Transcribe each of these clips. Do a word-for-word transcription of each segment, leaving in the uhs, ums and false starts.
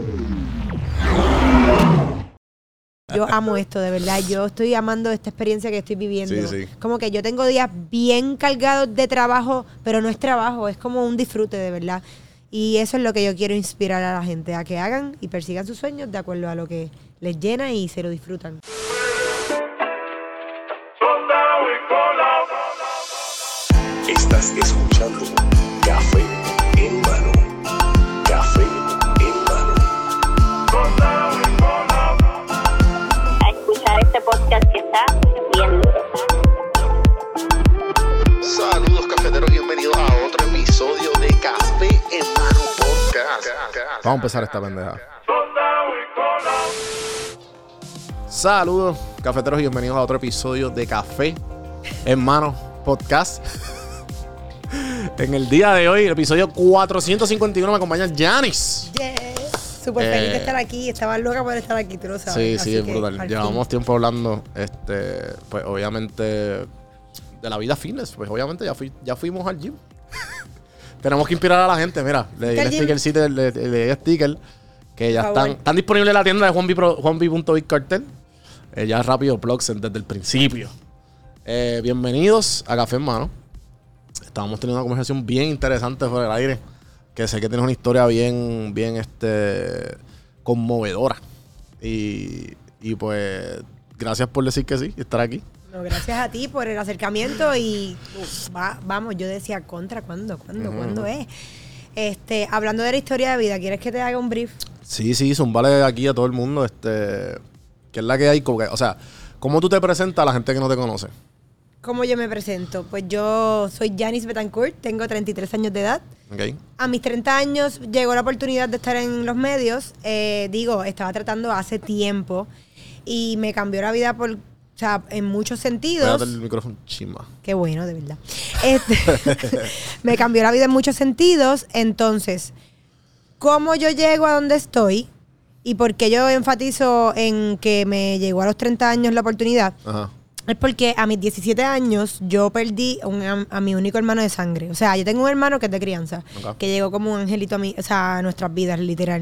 Yo amo esto, de verdad. Yo estoy amando esta experiencia que estoy viviendo. Sí, sí. Como que yo tengo días bien cargados de trabajo, pero no es trabajo, es como un disfrute, de verdad. Y eso es lo que yo quiero inspirar a la gente, a que hagan y persigan sus sueños de acuerdo a lo que les llena y se lo disfrutan. Estás escuchando Café en Mano. Café en Mano. A escuchar este podcast que está bien. Saludos cafeteros, bienvenidos a otro episodio de Café en Mano Podcast. Vamos a empezar esta pendeja. Saludos cafeteros y bienvenidos a otro episodio de Café en Mano Podcast. En el día de hoy, el episodio cuatrocientos cincuenta y uno, me acompaña Yanis. Yes. Súper feliz Eh, de estar aquí. Estaba loca por estar aquí, tú lo sabes. Sí, Así sí, es que, brutal. al Llevamos fin. tiempo hablando, este, pues obviamente, de la vida fitness. Pues obviamente ya, fui, ya fuimos al gym. Tenemos que inspirar a la gente. Mira, le di el sticker, le, le, le di el sticker, que ya están, están disponibles en la tienda de juanvi punto big cartel. Eh, ya rápido, plugs desde el principio. Eh, bienvenidos a Café en Mano. Estábamos teniendo una conversación bien interesante fuera del aire, que sé que tienes una historia bien, bien, este, conmovedora. Y, y pues, gracias por decir que sí y estar aquí. No, gracias a ti por el acercamiento y uh, va, vamos, yo decía, contra, ¿cuándo? ¿Cuándo? Uh-huh. ¿Cuándo es? Este, hablando de la historia de vida, ¿quieres que te haga un brief? Sí, sí, zumbale aquí a todo el mundo, este, que es la que hay, o sea, ¿cómo tú te presentas a la gente que no te conoce? ¿Cómo yo me presento? Pues yo soy Yanis Betancourt, tengo treinta y tres años de edad. Okay. A mis treinta años llegó la oportunidad de estar en los medios. Eh, digo, estaba tratando hace tiempo y me cambió la vida por, o sea, en muchos sentidos. Pégate el micrófono chima. Qué bueno, de verdad. Este, me cambió la vida en muchos sentidos. Entonces, ¿cómo yo llego a donde estoy? Y por qué yo enfatizo en que me llegó a los treinta años la oportunidad. Ajá. Es porque a mis diecisiete años yo perdí un, a, a mi único hermano de sangre. O sea, yo tengo un hermano que es de crianza, okay, que llegó como un angelito a, mi, o sea, a nuestras vidas, literal.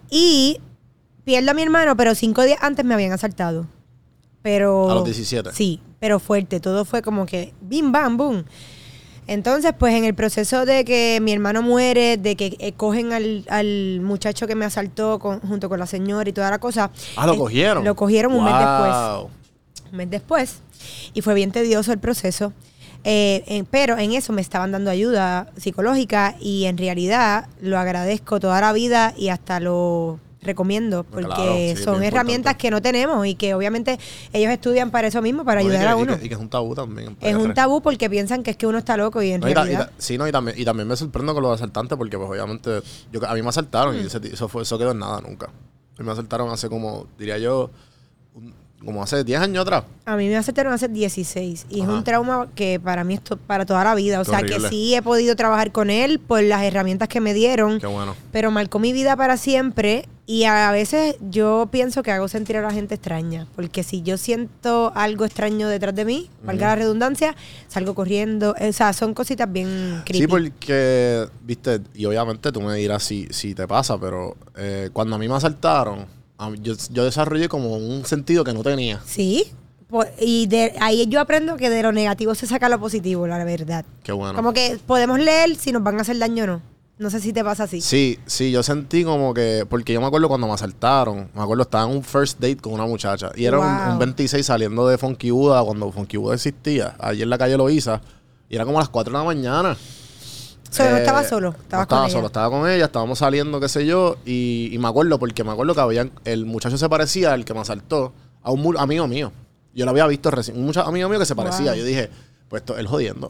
Y pierdo a mi hermano, pero cinco días antes me habían asaltado. Pero... ¿A los diecisiete? Sí, pero fuerte. Todo fue como que bim, bam, boom. Entonces, pues en el proceso de que mi hermano muere, de que eh, cogen al, al muchacho que me asaltó con, junto con la señora y toda la cosa. Ah, ¿lo eh, cogieron? Lo cogieron un wow. mes después. Un mes después. Y fue bien tedioso el proceso. Eh, en, pero en eso me estaban dando ayuda psicológica y en realidad lo agradezco toda la vida y hasta lo recomiendo porque claro, sí, son herramientas importante. Que no tenemos y que obviamente ellos estudian para eso mismo, para no, ayudar y que, a uno. Y que, y que es un tabú también. Es un tabú porque piensan que es que uno está loco y en no, realidad... Y ta, y ta, sí, no, y también, y también me sorprendo con los asaltantes porque pues obviamente yo, a mí me asaltaron mm. y ese, eso, fue, eso quedó en nada nunca. A mí me asaltaron hace como, diría yo... Un, como hace diez años atrás. A mí me asaltaron hace dieciséis. Y Ajá. es un trauma que para mí es to- para toda la vida. O Qué sea, horrible. Que sí he podido trabajar con él por las herramientas que me dieron. Qué bueno. Pero marcó mi vida para siempre. Y a veces yo pienso que hago sentir a la gente extraña. Porque si yo siento algo extraño detrás de mí, uh-huh. valga la redundancia, salgo corriendo. O sea, son cositas bien creepy. Sí, porque, viste, y obviamente tú me dirás si, si te pasa, pero eh, cuando a mí me asaltaron... Yo, yo desarrollé como un sentido que no tenía. Sí. Y de ahí yo aprendo que de lo negativo se saca lo positivo, la verdad. Qué bueno. Como que podemos leer si nos van a hacer daño o no. No sé si te pasa así. Sí, sí, yo sentí como que... Porque yo me acuerdo cuando me asaltaron. Me acuerdo, estaba en un first date con una muchacha. Y era wow. un, un veintiséis saliendo de Funky Buda, cuando Funky Buda existía. Allí en la calle Loíza. Y era como a las cuatro de la mañana. Solo, eh, no estaba solo, estaba no estaba con solo, ella. estaba con ella, estábamos saliendo, qué sé yo, y, y me acuerdo, porque me acuerdo que había, el muchacho se parecía al que me asaltó, a un mu- amigo mío. Yo lo había visto recién, un mucha- amigo mío que se parecía. Wow. Yo dije, pues esto, él jodiendo.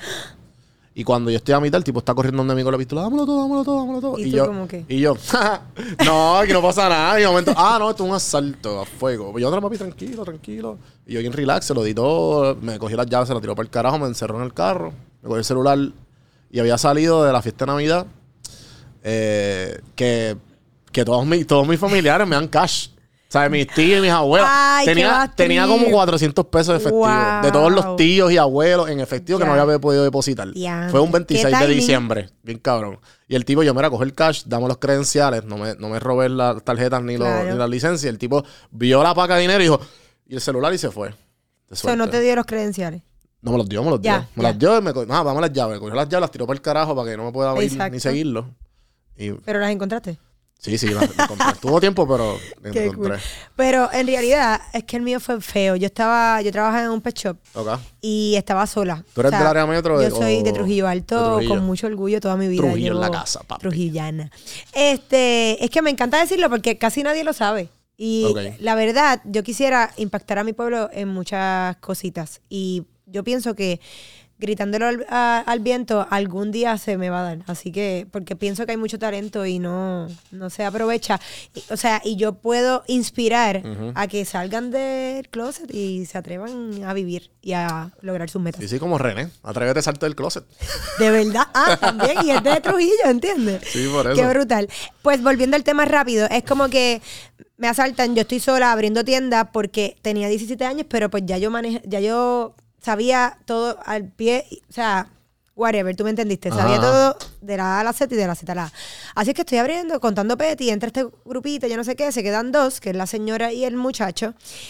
Y cuando yo estoy a mitad, el tipo está corriendo donde mí con la pistola, dámelo todo, dámelo todo, dámelo todo. ¿Y, y tú yo, cómo qué? Y yo, no, aquí no pasa nada. Y de momento, ah, no, esto es un asalto a fuego. Pues yo, otra papi, tranquilo, tranquilo. Y yo bien relax, se lo di todo, me cogí las llaves, se las tiró para el carajo, me encerró en el carro, me cogí el celular. Y había salido de la fiesta de Navidad eh, que, que todos, mis, todos mis familiares me dan cash. sea, mis tíos y mis abuelos. Ay, tenía, tenía como cuatrocientos pesos de efectivo. Wow. De todos los tíos y abuelos en efectivo Ya. que no había podido depositar. Ya. Fue un veintiséis ¿Qué de timing? diciembre. Bien cabrón. Y el tipo, yo me era coger cash, dame los credenciales, no me, no me robé las tarjetas ni, Claro. los, ni la licencia. El tipo vio la paca de dinero y dijo, y el celular y se fue. De O sea, no suerte. te dio los credenciales. No me los dio, me los Ya, dio. Me ya. las dio y me cogió. Ah, vamos a las llaves. Me cogió las llaves, las tiró para el carajo para que no me pueda ver Exacto. ni seguirlo. Y Pero las encontraste. sí, sí, las las encontré. Tuvo tiempo, pero las Qué encontré. cool. Pero en realidad es que el mío fue feo. Yo estaba, yo trabajaba en un pet shop Ok. y estaba sola. ¿Tú eres O sea, del área metro de- Yo soy de o- Trujillo Alto, de Trujillo? con mucho orgullo toda mi vida. Trujillo en la Llevo casa, papi. Trujillana. Este, es que me encanta decirlo porque casi nadie lo sabe. Y Ok. la verdad, yo quisiera impactar a mi pueblo en muchas cositas. Y yo pienso que gritándolo al, a- al viento algún día se me va a dar. Así que, porque pienso que hay mucho talento y no, no se aprovecha. Y- o sea, y yo puedo inspirar Ujú. a que salgan del closet y se atrevan a vivir y a lograr sus metas. Sí, sí, como René. Atrévete a salte del closet. De verdad. Ah, también. Y es de Trujillo, ¿entiendes? Sí, por eso. Qué brutal. Pues volviendo al tema rápido, es como que me asaltan, yo estoy sola abriendo tienda porque tenía diecisiete años, pero pues ya yo manejé, ya yo sabía todo al pie, o sea, whatever, tú me entendiste. Sabía Ajá. todo de la A a la Z y de la Z a la A. Así es que estoy abriendo, contando Petty, entra este grupito, yo no sé qué, se quedan dos, que es la señora y el muchacho,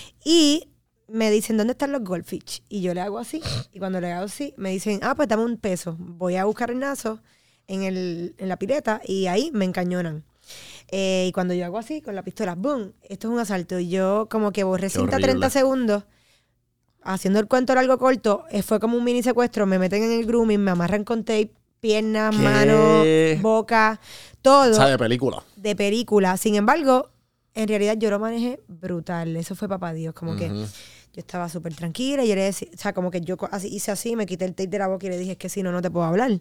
y me dicen, ¿dónde están los goldfish? Y yo le hago así, y cuando le hago así, me dicen, ah, pues dame un peso. Voy a buscar el nazo en, el, en la pileta, y ahí me encañonan. Eh, y cuando yo hago así, con la pistola, ¡boom! Esto es un asalto. Y yo como que borré Qué cinta horrible. treinta segundos, haciendo el cuento largo corto, eh, fue como un mini secuestro, me meten en el grooming, me amarran con tape, piernas, ¿Qué? manos, boca, todo O sea, de película. de película. Sin embargo, en realidad yo lo manejé brutal. Eso fue papá Dios. Como que Ujú. yo estaba súper tranquila y yo le decía, o sea, como que yo co- así, hice así, me quité el tape de la boca y le dije, es que si no, no te puedo hablar.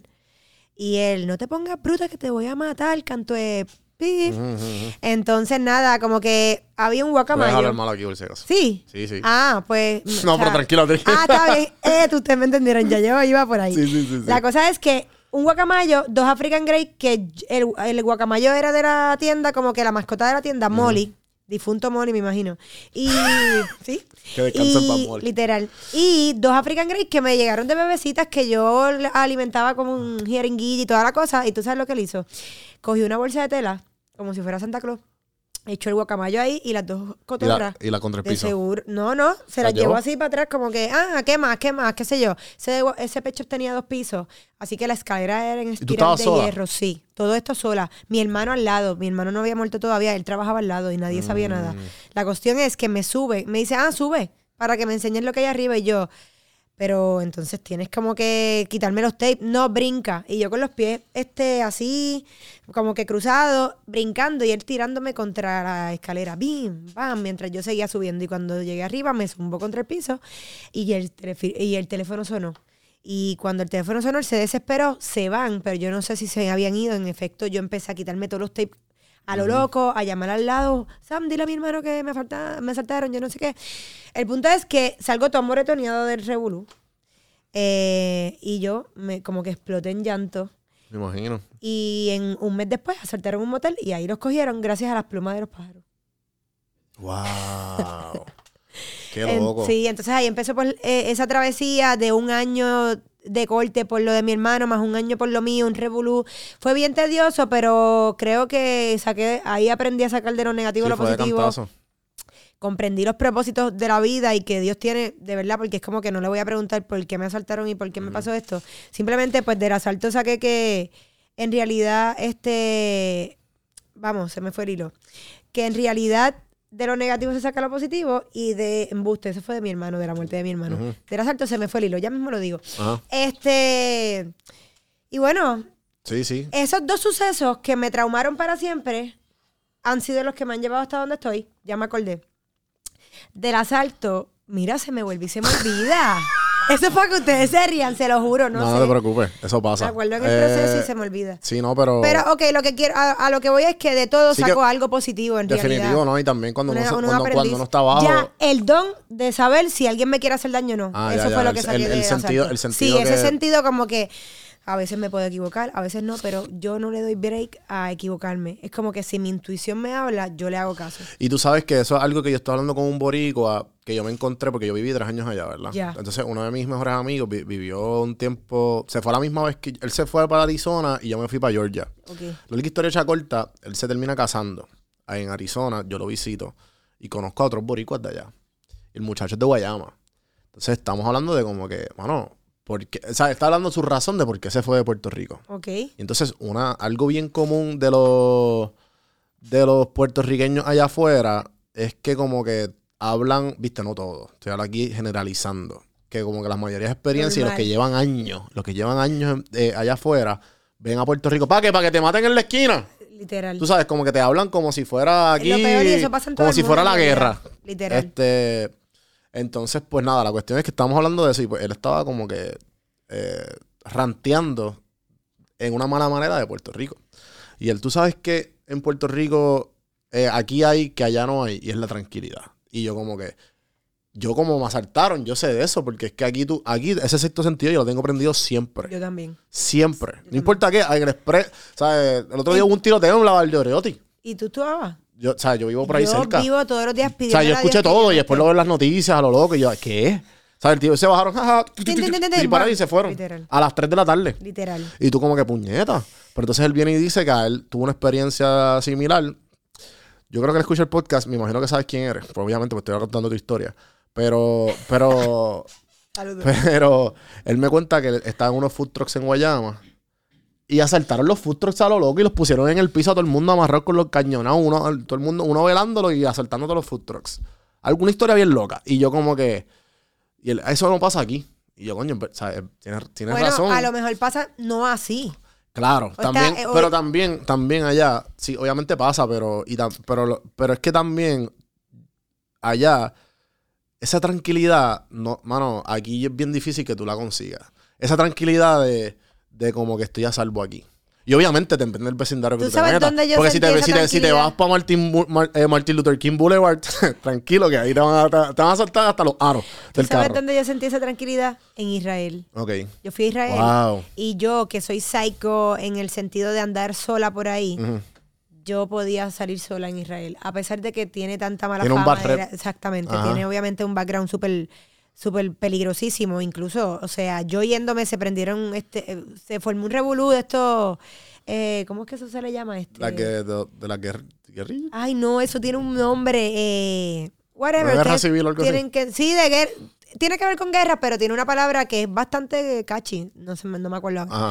Y él, no te pongas bruta que te voy a matar, canto de pip. Ujú, ujú, ujú. Entonces, nada, como que había un Puedes hablar guacamayo. mal aquí, por si acaso. Sí. Sí, sí. Ah, pues. No, o pero tranquila, tranquila. Ah, está bien. Eh, tú- ustedes me entendieron, ya yo iba por ahí. Sí, sí, sí, sí. La cosa es que un guacamayo, dos African Grey, que el, el guacamayo era de la tienda, como que la mascota de la tienda, Molly. Difunto Molly, me imagino. Y. ¿Sí? Que descanse en paz, Y, Molly. literal. Y dos African Grey que me llegaron de bebecitas que yo le alimentaba como un jeringuillo y toda la cosa. Y tú sabes lo que él hizo. Cogió una bolsa de tela, como si fuera Santa Claus. Echó el guacamayo ahí y las dos Y la, cotorras. y la contra el De piso. seguro. No, no. Se ¿La las llevó llevó? así para atrás, como que, ah, ¿qué más? ¿Qué más? ¿Qué sé yo? Ese, ese pecho tenía dos pisos. Así que la escalera era en tú espiral estabas de sola? hierro, sí. Todo esto sola. Mi hermano al lado. Mi hermano no había muerto todavía. Él trabajaba al lado y nadie sabía nada. Mm. La cuestión es que me sube. Me dice, ah, sube. Para que me enseñes lo que hay arriba. Y yo, pero entonces tienes como que quitarme los tapes. No, brinca. Y yo con los pies este así, como que cruzados, brincando y él tirándome contra la escalera. Bim, bam, mientras yo seguía subiendo. Y cuando llegué arriba me zumbó contra el piso y el, telefi- y el teléfono sonó. Y cuando el teléfono sonó, él se desesperó, se van, pero yo no sé si se habían ido. En efecto, yo empecé a quitarme todos los tapes a lo loco, a llamar al lado. Sam, dile a mi hermano que me falta, me saltaron, yo no sé qué. El punto es que salgo todo moretoneado del revolú. Eh, y yo me como que exploté en llanto. Me imagino. Y en un mes después asaltaron un motel y ahí los cogieron gracias a las plumas de los pájaros. Wow. Qué En- loco. sí, entonces ahí empezó pues, eh, esa travesía de un año de corte por lo de mi hermano, más un año por lo mío, un revolú. Fue bien tedioso, pero creo que saqué, ahí aprendí a sacar de lo negativo Sí, lo fue de positivo. cantazo. Comprendí los propósitos de la vida y que Dios tiene, de verdad, porque es como que no le voy a preguntar por qué me asaltaron y por qué me pasó esto. Simplemente, pues, del asalto saqué que en realidad, este, vamos, se me fue el hilo, que en realidad de lo negativo se saca lo positivo y de embuste, eso fue de mi hermano, de la muerte de mi hermano. Ujú. Del asalto se me fue el hilo, ya mismo lo digo. Ajá. Este, y bueno, Sí, sí. esos dos sucesos que me traumaron para siempre han sido los que me han llevado hasta donde estoy. Ya me acordé. Del asalto, mira, se me vuelve y se me olvida. Eso es para que ustedes se rían, se lo juro, no, No, no sé. te preocupes. Eso pasa. Me acuerdo en el Eh, proceso y se me olvida. Sí, no, pero... Pero, ok, lo que quiero, a, a lo que voy es que de todo Sí saco que- algo positivo en Definitivo, realidad. ¿no? Y también cuando uno, Una- se- un cuando, aprendiz. cuando uno está abajo... Ya, el don de saber si alguien me quiere hacer daño o no. Ah, Eso ya, fue ya, lo el- que saqué el- el del sentido- asalto. el sentido Sí, ese que- sentido como que... A veces me puedo equivocar, a veces no, pero yo no le doy break a equivocarme. Es como que si mi intuición me habla, yo le hago caso. Y tú sabes que eso es algo que yo estoy hablando con un boricua que yo me encontré porque yo viví tres años allá, ¿verdad? Ya. Entonces, uno de mis mejores amigos vi- vivió un tiempo... Se fue a la misma vez que... Él se fue para Arizona y yo me fui para Georgia. Okay. La única historia hecha corta, él se termina casando ahí en Arizona, yo lo visito y conozco a otros boricuas de allá. El muchacho es de Guayama. Entonces, estamos hablando de como que, bueno... Porque, o sea, está hablando su razón de por qué se fue de Puerto Rico. Ok. Y entonces, una, algo bien común de los, de los puertorriqueños allá afuera es que como que hablan, viste, no todos, estoy hablando aquí generalizando, que como que las mayorías de experiencias y los Normal. que llevan años, los que llevan años eh, allá afuera, ven a Puerto Rico, ¿para qué? ¿Para que te maten en la esquina? Literal. Tú sabes, como que te hablan como si fuera aquí, Es lo peor y eso pasa en todo como el si mundo, fuera la en realidad. guerra. Literal. Este... Entonces, pues nada, la cuestión es que estamos hablando de eso y pues él estaba como que eh, ranteando en una mala manera de Puerto Rico. Y él, tú sabes que en Puerto Rico eh, aquí hay que allá no hay y es la tranquilidad. Y yo como que, yo como me asaltaron, yo sé de eso, porque es que aquí tú, aquí ese sexto sentido yo lo tengo prendido siempre. Yo también. Siempre. No importa qué, en el express, ¿sabes? El otro día hubo un tiroteo en la Val de Oreoti. ¿Y tú estabas? Yo, o sea, yo vivo por ahí yo cerca. vivo todos los días O pidiendo sea, yo escuché todo y después lo veo en las noticias a lo loco y yo, ¿qué? ¿Sabes? El tío se bajaron, jaja, y para y se fueron. Literal. A las tres de la tarde. Literal. Y tú como que puñeta. Pero entonces él viene y dice que a él tuvo una experiencia similar. Yo creo que él escucha el podcast, me imagino que sabes quién eres. Pues obviamente pues estoy contando tu historia. Pero, pero, Saludos. pero él me cuenta que estaba en unos food trucks en Guayama. Y asaltaron los food trucks a lo loco y los pusieron en el piso a todo el mundo amarrado con los cañonados. Uno, todo el mundo, uno velándolo y asaltando todos los food trucks. Alguna historia bien loca. Y yo como que... Y él, eso no pasa aquí. Y yo, coño, ¿sabes? Tienes, tienes Bueno, razón. a lo mejor pasa no así. Claro, O también, está, eh, pero o- también, también allá, sí, obviamente pasa, pero, y tam- pero, lo- pero es que también allá, esa tranquilidad, no, mano, aquí es bien difícil que tú la consigas. Esa tranquilidad de, de como que estoy a salvo aquí. Y obviamente depende del vecindario que ¿Tú tú te sabes metas. dónde yo Porque si sentí te, esa si, te, si te tranquilidad? vas para Martin, Bu- Mar- eh, Martin Luther King Boulevard, tranquilo que ahí te van, a, te, te van a saltar hasta los aros ¿Tú del sabes carro. dónde yo sentí esa tranquilidad? En Israel. Ok. Yo fui a Israel. Wow. Y yo, que soy psycho en el sentido de andar sola por ahí, Ujú. yo podía salir sola en Israel. A pesar de que tiene tanta mala Tiene un fama. bad rep. era- exactamente. Ajá. Tiene obviamente un background súper súper peligrosísimo. Incluso, o sea, yo yéndome se prendieron, este, eh, se formó un revolú de estos, eh, ¿cómo es que eso se le llama? Este? La que, de, de la guerr- guerrilla. Ay, no, eso tiene un nombre, eh, whatever. ¿Una guerra ustedes civil o algo así? tienen que, sí, de guerra. Tiene que ver con guerra, pero tiene una palabra que es bastante catchy. No sé, no me acuerdo. Ajá.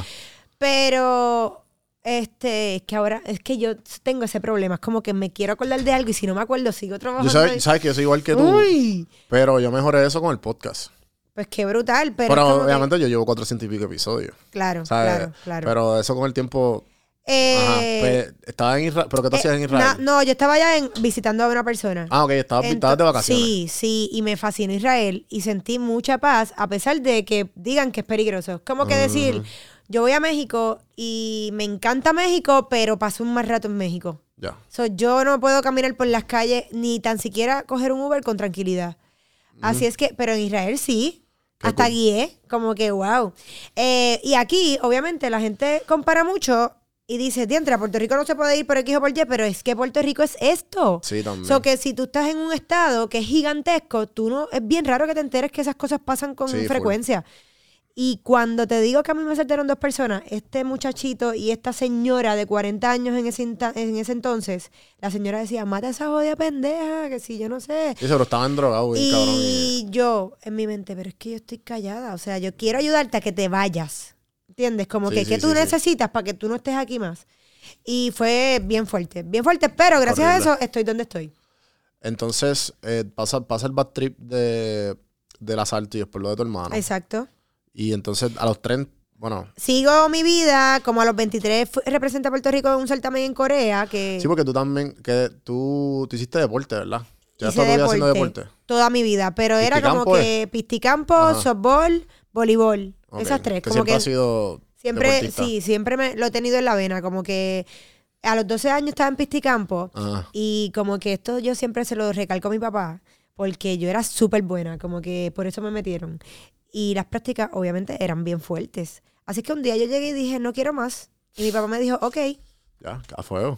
Pero, este, es que ahora, es que yo tengo ese problema. Es como que me quiero acordar de algo y si no me acuerdo, sigo trabajando. Yo sabes, sabes que yo soy igual que tú, Uy, pero yo mejoré eso con el podcast. pues qué brutal. Pero, Pero, es como que- obviamente yo llevo cuatrocientos y pico episodios. claro, ¿Sabes? claro, claro. Pero eso con el tiempo... Eh, Ajá. Pues, estaba en Israel. ¿Pero qué tú eh, hacías en Israel? na- no, yo estaba allá en, visitando a una persona. Ah, ok. Estabas, Ento- estabas de vacaciones. Sí, sí, y me fascinó Israel y sentí mucha paz a pesar de que digan que es peligroso. Es como que decir, yo voy a México y me encanta México, pero paso un más rato en México. Ya. So, yo no puedo caminar por las calles ni tan siquiera coger un Uber con tranquilidad. Así es que, pero en Israel sí. Qué Hasta cool. guié, como que wow. Eh, y aquí, obviamente, la gente compara mucho y dice, diantre, a Puerto Rico no se puede ir por X o por Y, pero es que Puerto Rico es esto. Sí, también. So que si tú estás en un estado que es gigantesco, tú no, es bien raro que te enteres que esas cosas pasan con Sí, full. frecuencia. Y cuando te digo que a mí me asaltaron dos personas, este muchachito y esta señora de cuarenta años en ese, inta- en ese entonces, la señora decía, mata a esa jodida pendeja, que si yo no sé. Sí, pero estaban drogados, bien cabrón. Y... Y yo, en mi mente, pero es que yo estoy callada. O sea, yo quiero ayudarte a que te vayas. ¿Entiendes? Como Sí, que, sí, ¿qué tú sí, sí. necesitas para que tú no estés aquí más? Y fue bien fuerte, bien fuerte, pero gracias Horrible. a eso estoy donde estoy. Entonces, eh, pasa, pasa el bad trip de, del asalto y después lo de tu hermano. Exacto. Y entonces, a los tres, bueno... Sigo mi vida, como a los veintitrés fui- representé a Puerto Rico en un certamen en Corea, que Sí, porque tú también, que tú, tú hiciste deporte, ¿verdad? Ya hice estás todavía haciendo deporte. toda mi vida, pero era como ¿Pisticampo que pisticampo, Ajá. softball, voleibol, Ok. esas tres. Que como siempre que has sido siempre, deportista. sí, siempre me, lo he tenido en la vena, como que a los doce años estaba en pisticampo Ajá. y como que esto yo siempre se lo recalco a mi papá, porque yo era súper buena, como que por eso me metieron. Y las prácticas obviamente eran bien fuertes. Así que un día yo llegué y dije, no quiero más. Y mi papá me dijo, ok. Ya, a fuego.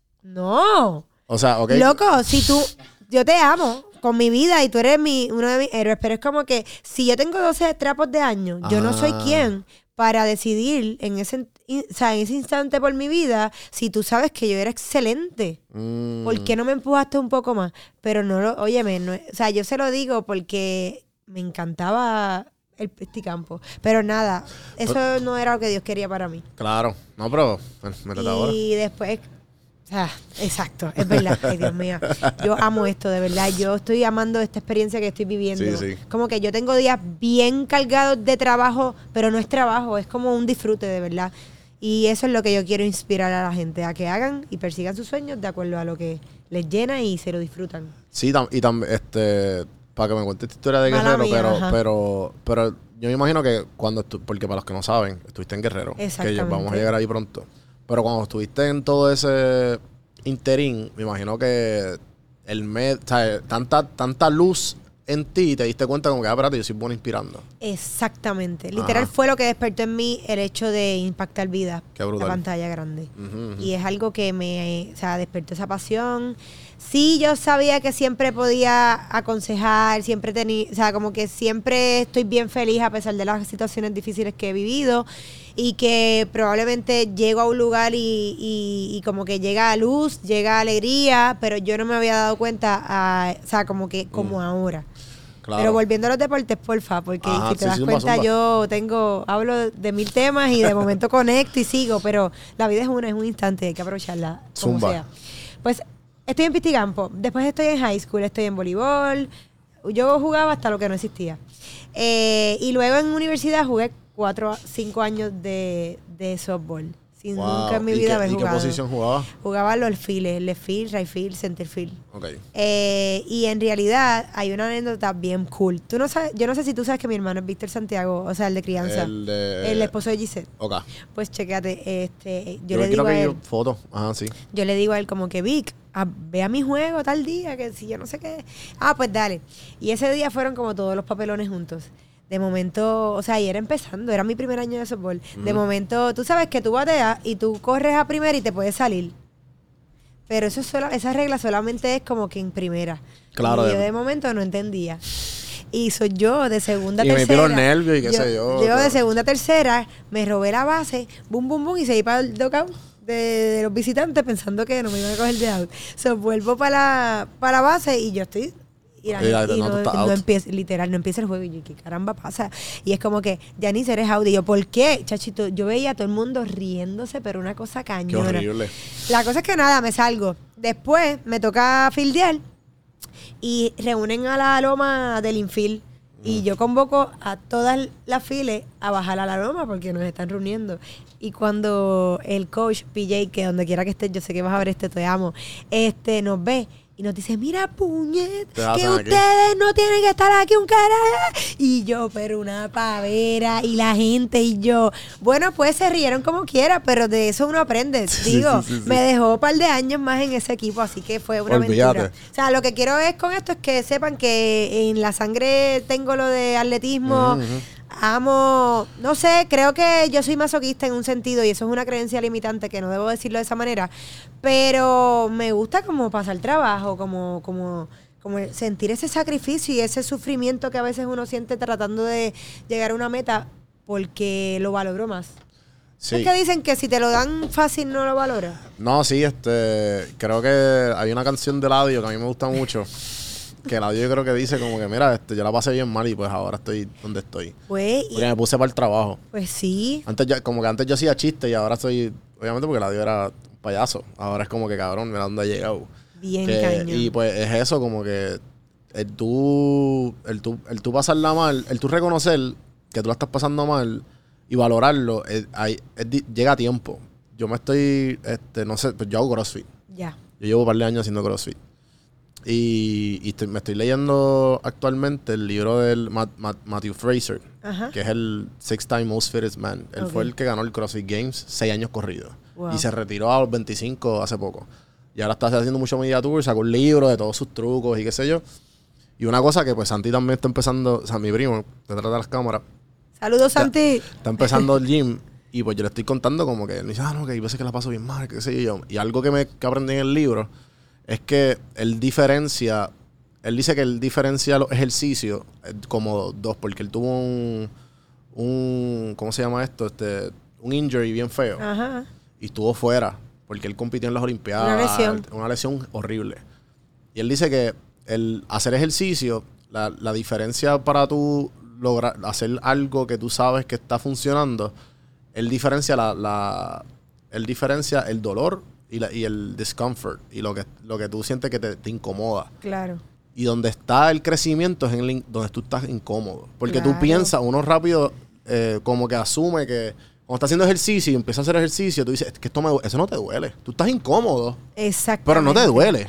No. O sea, ok. Loco, si tú, yo te amo con mi vida y tú eres mi, uno de mis héroes, pero es como que si yo tengo doce trapos de años, yo no soy Ah. quien para decidir en ese, in- o sea, en ese instante por mi vida si tú sabes que yo era excelente. Mm, ¿Por qué no me empujaste un poco más? Pero no lo, óyeme, no, o sea, yo se lo digo porque me encantaba el pisticampo. Pero nada, eso no era lo que Dios quería para mí. Claro. No, pero bueno, métete ahora. Y después, ah, exacto, es verdad. Ay, Dios mío. Yo amo esto, de verdad. Yo estoy amando esta experiencia que estoy viviendo. Sí, sí. Como que yo tengo días bien cargados de trabajo, pero no es trabajo, es como un disfrute, de verdad. Y eso es lo que yo quiero inspirar a la gente, a que hagan y persigan sus sueños de acuerdo a lo que les llena y se lo disfrutan. Sí, tam- y también, este, para que me cuentes esta historia de Mala Guerrero, mía, pero, ajá. pero, pero yo me imagino que cuando, estu- porque para los que no saben, estuviste en Guerrero, que Exactamente. vamos a llegar ahí pronto, pero cuando estuviste en todo ese interín, me imagino que el med, o sea, tanta, tanta luz en ti, te diste cuenta como que, ah, espérate, yo soy bueno inspirando. Exactamente. Literal Ajá. fue lo que despertó en mí el hecho de impactar vidas. Qué brutal. La pantalla grande. Ujú, ujú. Y es algo que me, o sea, despertó esa pasión. Sí, yo sabía que siempre podía aconsejar, siempre tenía, o sea, como que siempre estoy bien feliz a pesar de las situaciones difíciles que he vivido y que probablemente llego a un lugar y, y, y como que llega luz, llega alegría, pero yo no me había dado cuenta, a, o sea, como que como Mm. ahora. Claro. Pero volviendo a los deportes, porfa, porque Ajá, si te sí, das sí, zumba, cuenta, zumba. yo tengo, hablo de mil temas y de momento conecto y sigo, pero la vida es una, es un instante, hay que aprovecharla como Zumba. sea. Pues estoy en Pisticampo, después estoy en high school, estoy en voleibol, yo jugaba hasta lo que no existía. Eh, y luego en universidad jugué cuatro, cinco años de, de softball. Sin Wow. nunca en mi ¿Y vida qué- haber ¿Y qué jugado. posición jugaba? Jugaba los files, left field, right field, center field. Ok. Eh, y en realidad hay una anécdota bien cool. Tú no sabes, yo no sé si tú sabes que mi hermano es Víctor Santiago, o sea, el de crianza, El el, de... esposo de Gisette. Ok. Pues chécate, este, yo, Yo, le digo creo a que él, yo foto. Ajá, sí. yo le digo a él como que Vic, a- ve a mi juego tal día, que si yo no sé qué. Ah, pues dale. Y ese día fueron como todos los papelones juntos. De momento, o sea, y era empezando, era mi primer año de softball. De momento, tú sabes que tú bateas y tú corres a primera y te puedes salir. Pero eso sola, esa regla solamente es como que en primera. Claro, Y yo de- de momento no entendía. Y soy yo de segunda a Y me tercera. piro el nervio y qué sé yo, Yo pero- de segunda a tercera me robé la base, boom, boom, boom, y seguí para el dugout de, de los visitantes pensando que no me iban a coger de out. So, vuelvo para la, para la base y yo estoy... Y, la Y la- gente- y no, no, tú estás no out. empieza, literal, no empieza el juego. Y yo, ¿qué caramba pasa? Y es como que, Janice, eres out. Y yo, ¿por qué? Chachito, yo veía a todo el mundo riéndose, pero una cosa Qué cañona. horrible. La cosa es que nada, me salgo. Después me toca fildear y reúnen a la loma del infield. Y yo convoco a todas las files a bajar a la loma porque nos están reuniendo. Y cuando el coach P J, que donde quiera que estés, yo sé que vas a ver este, te amo, este nos ve y nos dice, mira, puñet, Te que hacen aquí. ustedes no tienen que estar aquí un carajo. Y yo, pero una pavera, y la gente, y yo, bueno, pues se rieron como quiera, pero de eso uno aprende. Sí, Digo, sí, sí, sí. me dejó un par de años más en ese equipo, así que fue una Olvídate. aventura. O sea, lo que quiero es con esto es que sepan que en la sangre tengo lo de atletismo. Ujú, ujú. Amo, no sé, creo que yo soy masoquista en un sentido y eso es una creencia limitante que no debo decirlo de esa manera, pero me gusta como pasar trabajo, como, como, como sentir ese sacrificio y ese sufrimiento que a veces uno siente tratando de llegar a una meta porque lo valoro más. Sí. Es que dicen que si te lo dan fácil no lo valoras. No, sí, este... Creo que hay una canción de Eladio que a mí me gusta mucho. Que Eladio yo creo que dice como que, mira, este, yo la pasé bien mal y pues ahora estoy donde estoy. Pues, y- Porque me puse para el trabajo. pues sí, Antes yo, como que antes yo hacía chistes y ahora soy... Obviamente porque Eladio era un payaso. Ahora es como que, cabrón, mira dónde ha llegado. bien Que- cañón. y pues es eso, como que el tú, el tú, el tú pasarla mal, el tú reconocer que tú la estás pasando mal y valorarlo, es- hay- es di- llega a tiempo. Yo me estoy, este, no sé, pues yo hago CrossFit. Ya. Yo llevo un par de años haciendo CrossFit. Y, y estoy- me estoy leyendo actualmente el libro del Ma- Ma- Matthew Fraser, Ajá. que es el Six Time Most Fittest Man. Él Ok. fue el que ganó el CrossFit Games seis años corridos. Wow. Y se retiró a los veinticinco hace poco. Y ahora está haciendo mucho media tour, sacó un libro de todos sus trucos y qué sé yo. Y una cosa que pues Santi también está empezando, o sea, mi primo, detrás de las cámaras, Saludos, Santi. Está empezando el gym y pues yo le estoy contando como que él dice, ah, no, que hay veces que la paso bien mal, qué sé yo. Y algo que, me, que aprendí en el libro es que él diferencia, él dice que él diferencia los ejercicios como dos, porque él tuvo un, un ¿cómo se llama esto? Este, un injury bien feo. Ajá. Y estuvo fuera, porque él compitió en las Olimpiadas. Una lesión. Una lesión horrible. Y él dice que el hacer ejercicio, la, la diferencia para tú lograr hacer algo que tú sabes que está funcionando, él diferencia la, la él diferencia el dolor y, la, y el discomfort y lo que, lo que tú sientes que te, te incomoda. Claro. Y donde está el crecimiento es en el, donde tú estás incómodo. Porque Claro. tú piensas, uno rápido eh, como que asume que cuando estás haciendo ejercicio y empiezas a hacer ejercicio, tú dices, es que esto me duele. Eso no te duele. Tú estás incómodo, Exactamente. pero no te duele.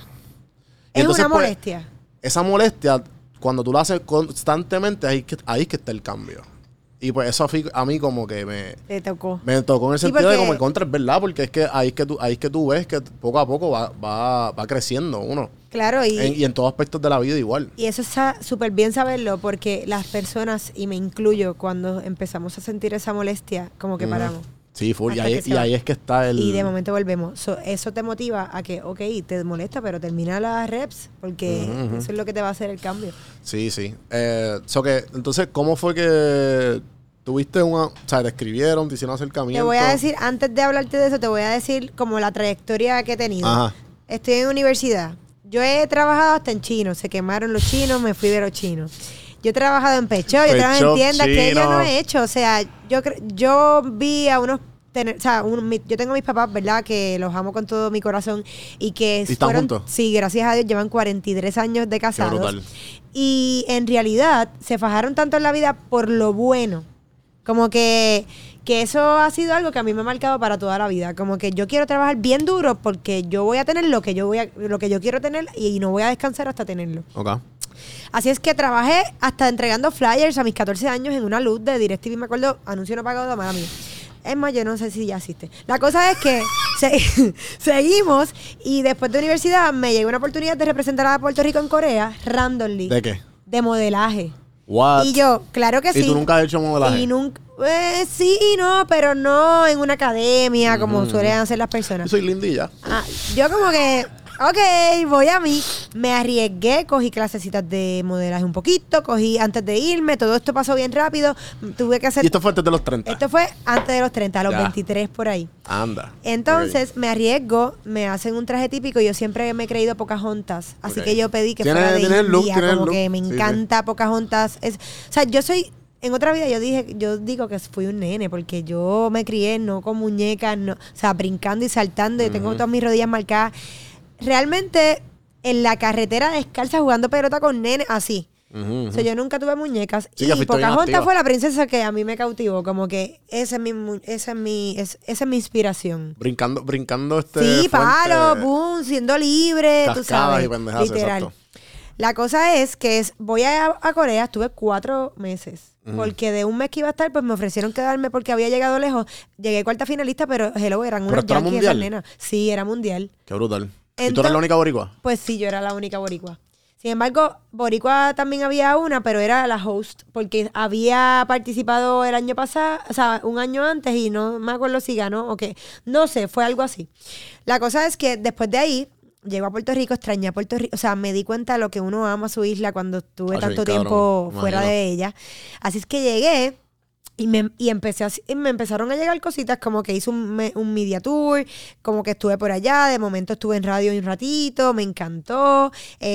Y Es entonces, una pues, molestia. esa molestia, cuando tú la haces constantemente, ahí, que, ahí es que está el cambio. Y pues eso a mí como que me, Te tocó. me tocó en el Sí, sentido de porque- como en contra, es verdad, porque es que ahí es que tú, ahí es que tú ves que poco a poco va, va, va creciendo uno. Claro, y, En- y en todos aspectos de la vida igual. y eso está súper bien saberlo porque las personas, y me incluyo, cuando empezamos a sentir esa molestia, como que Ujú. paramos. Sí, full. Y Hasta ahí, que se y va. ahí es que está el... Y de momento volvemos. So, eso te motiva a que, ok, te molesta, pero termina las reps porque Ujú, ujú. eso es lo que te va a hacer el cambio. Sí, sí. Eh, so que, entonces, ¿cómo fue que tuviste una... O sea, te escribieron, te hicieron acercamiento? Te voy a decir, antes de hablarte de eso, te voy a decir como la trayectoria que he tenido. Ajá. Estoy en universidad. Yo he trabajado hasta en chino. Se quemaron los chinos, me fui de los chinos. Yo he trabajado en pecho, yo he trabajado en Pecho tiendas que yo chino. no he hecho. O sea, yo cre- yo vi a unos... tener- o sea, un- mi- yo tengo mis papás, ¿verdad? Que los amo con todo mi corazón. Y que ¿Y están fueron... juntos? Sí, gracias a Dios, llevan cuarenta y tres años de casados. brutal. Y en realidad se fajaron tanto en la vida por lo bueno. Como que, que eso ha sido algo que a mí me ha marcado para toda la vida. Como que yo quiero trabajar bien duro porque yo voy a tener lo que yo voy a, lo que yo quiero tener y no voy a descansar hasta tenerlo. Ok. Así es que trabajé hasta entregando flyers a mis catorce años en una luz de DirecTV, me acuerdo, anuncio no pagado, mala mía. Es más, yo no sé si ya existe. La cosa es que se- seguimos y después de universidad me llegó una oportunidad de representar a Puerto Rico en Corea, randomly. ¿De qué? De modelaje. What? Y yo, claro que sí. ¿Y tú nunca has hecho modelaje? Y nunca, eh, sí y no, pero no en una academia como Ujú. suelen hacer las Yo personas. soy lindilla. Ah, yo como que, ok, voy a mí. Me arriesgué, cogí clasecitas de modelaje un poquito, cogí antes de irme, todo esto pasó bien rápido. Tuve que hacer... Y esto fue antes de los treinta. Esto fue antes de los treinta, a los Ya. veintitrés por ahí. Anda. Entonces me arriesgo, me hacen un traje típico y yo siempre me he creído Pocahontas. Así Ok. que yo pedí que Tiene- fuera de tiene el look, India, tiene el como look. que me Sí, sí. encanta Pocahontas. Es, o sea, yo soy... En otra vida yo dije, yo digo que fui un nene porque yo me crié no con muñecas, no, o sea, brincando y saltando y tengo Ujú. todas mis rodillas marcadas. Realmente en la carretera descalza jugando pelota con nenes, así. Ujú, O sea, yo nunca tuve muñecas. Sí, que y fuiste bien Pocahontas activa. fue la princesa que a mí me cautivó. Como que esa es mi, mu- esa es mi, es- esa es mi inspiración. Brincando, brincando este. Sí, fuerte, palo, boom, siendo libre, tú cascadas sabes. y pendejadas, literal. exacto. La cosa es que es, voy a, a Corea, estuve cuatro meses. Ujú. Porque de un mes que iba a estar, pues me ofrecieron quedarme porque había llegado lejos. Llegué cuarta finalista, pero hello, eran ¿Pero unas esto era yankees esas mundial? nenas. Sí, era mundial. Qué brutal. ¿Y tú Entonces- eres la única boricua? Pues sí, yo era la única boricua. Sin embargo, boricua también había una, pero era la host, porque había participado el año pasado, o sea, un año antes y no me acuerdo si ganó o qué. No sé, fue algo así. La cosa es que después de ahí, llego a Puerto Rico, extrañé a Puerto Rico, o sea, me di cuenta de lo que uno ama a su isla cuando estuve Ah, tanto sí, cabrón, tiempo me fuera imagino. de ella. Así es que llegué. Y me, y empecé a- y me empezaron a llegar cositas como que hice un, me- un media tour, como que estuve por allá, de momento estuve en radio un ratito, me encantó,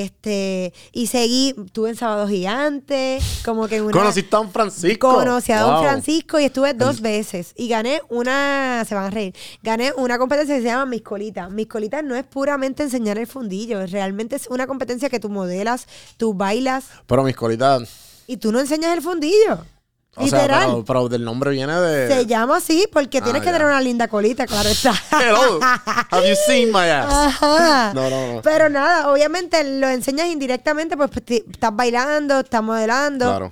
este, y seguí, estuve en Sábado Gigante, como que en una... ¿Conociste a Don Francisco? Conocí a Don Wow. Francisco y estuve dos veces. Y gané una, se van a reír, gané una competencia que se llama Mis Colitas. Mis Colitas no es puramente enseñar el fundillo, realmente es una competencia que tú modelas, tú bailas Pero mis colitas. y tú no enseñas el fundillo. O sea, Literal. pero, pero del nombre viene de. Se llama así porque Ah, tienes que ya. tener una linda colita, claro está. Hello. Have you seen my ass? Ajá. No, no, no. Pero nada, obviamente lo enseñas indirectamente, pues te- estás bailando, estás modelando. Claro.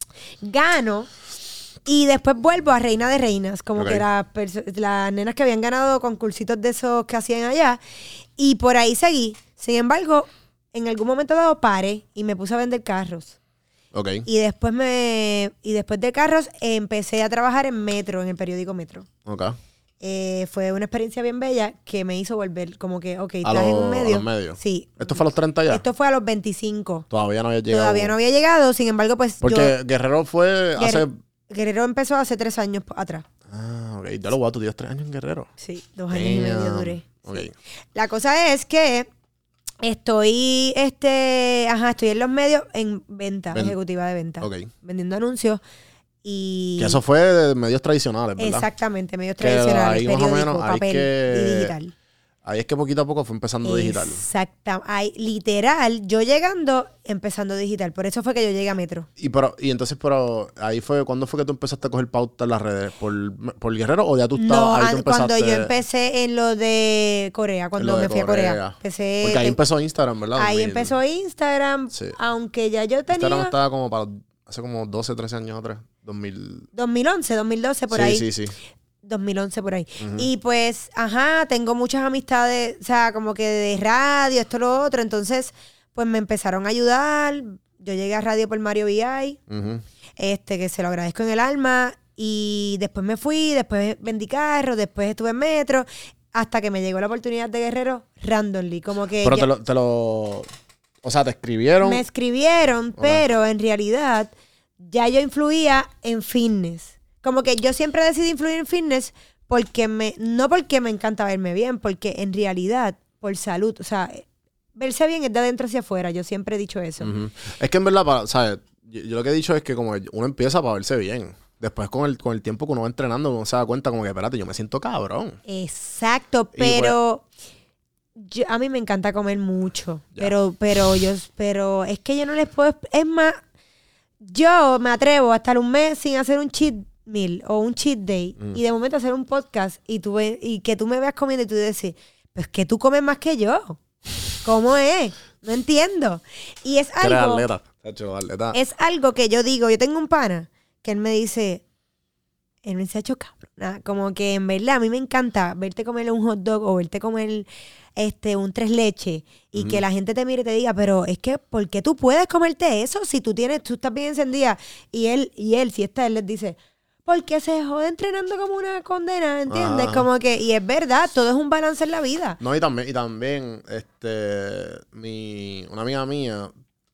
Gano y después vuelvo a Reina de Reinas, como Ok. que las perso- las nenas que habían ganado concursitos de esos que hacían allá. Y por ahí seguí. Sin embargo, en algún momento dado paré y me puse a vender carros. Ok. Y después me y después de carros empecé a trabajar en Metro, en el periódico Metro. Ok. Eh, fue una experiencia bien bella que me hizo volver como que, ok, A estás los- en un a medio. los medios. Sí. ¿Esto fue a los treinta ya? Esto fue a los veinticinco. Todavía no había llegado. Todavía no había llegado, sin embargo, pues Porque yo... Guerrero fue Guer- hace... Guerrero empezó hace tres años atrás. Ah, ok. Ya lo guau, tú tienes tres años en Guerrero. Sí, dos años y medio Damn. duré. Ok. Sí. La cosa es que estoy, este, ajá, estoy en los medios en venta, Ven- ejecutiva de venta. Ok. Vendiendo anuncios y... Que eso fue de medios tradicionales, ¿verdad? Exactamente, medios Que tradicionales, ahí más o periódico, menos hay papel que- y digital. Ahí es que poquito a poco fue empezando digital. Exacta, ahí, literal, yo llegando, empezando digital. Por eso fue que yo llegué a Metro. Y pero y entonces, pero ahí fue, ¿cuándo fue que tú empezaste a coger pauta en las redes? ¿Por, por Guerrero o ya tú estabas, No, ahí tú an- cuando empezaste yo empecé en lo de Corea, en cuando lo de me fui a Corea. Empecé, Porque ahí te- empezó Instagram, ¿verdad? ahí dos mil. empezó Instagram, Sí. aunque ya yo tenía Instagram estaba como para hace como doce, trece años atrás. dos mil. dos mil once, dos mil doce, por sí, ahí. sí, sí. dos mil once por ahí. Ujú. Y pues, ajá, tengo muchas amistades, o sea, como que de radio, esto, lo otro. Entonces, pues me empezaron a ayudar. Yo llegué a radio por Mario V I, Ujú. este, que se lo agradezco en el alma. Y después me fui, después vendí carros, después estuve en Metro, hasta que me llegó la oportunidad de Guerrero randomly. Como que Pero ya- te lo, te lo... O sea, te escribieron... me escribieron, Ok. pero en realidad ya yo influía en fitness. Como que yo siempre decidí influir en fitness porque me, no porque me encanta verme bien, porque en realidad, por salud, o sea, verse bien es de adentro hacia afuera. Yo siempre he dicho eso. Ujú. Es que en verdad, para, ¿sabes? Yo, yo lo que he dicho es que como uno empieza para verse bien. Después con el, con el tiempo que uno va entrenando, uno se da cuenta como que, espérate, yo me siento cabrón. Exacto, Y pues pero yo- a mí me encanta comer mucho, Ya. pero pero yo pero es que yo no les puedo, es más, yo me atrevo a estar un mes sin hacer un cheat meal o un cheat day Mm. y de momento hacer un podcast y tú ve- y que tú me veas comiendo y tú decís, pues que tú comes más que yo. ¿Cómo es? No entiendo. Y es Que eres algo atleta. Tacho, atleta. es algo que yo digo, yo tengo un pana que él me dice, él me dice, hecho cabrona, como que en verdad a mí me encanta verte comer un hot dog o verte comer este un tres leches y Ujú. que la gente te mire y te diga, pero es que, ¿por qué tú puedes comerte eso si tú tienes, tú estás bien encendida? Y él, y él, si está, él les dice, porque se jode entrenando como una condena, ¿entiendes? Ajá. Como que, y es verdad, todo es un balance en la vida. No, y también, y también, este, mi, una amiga mía,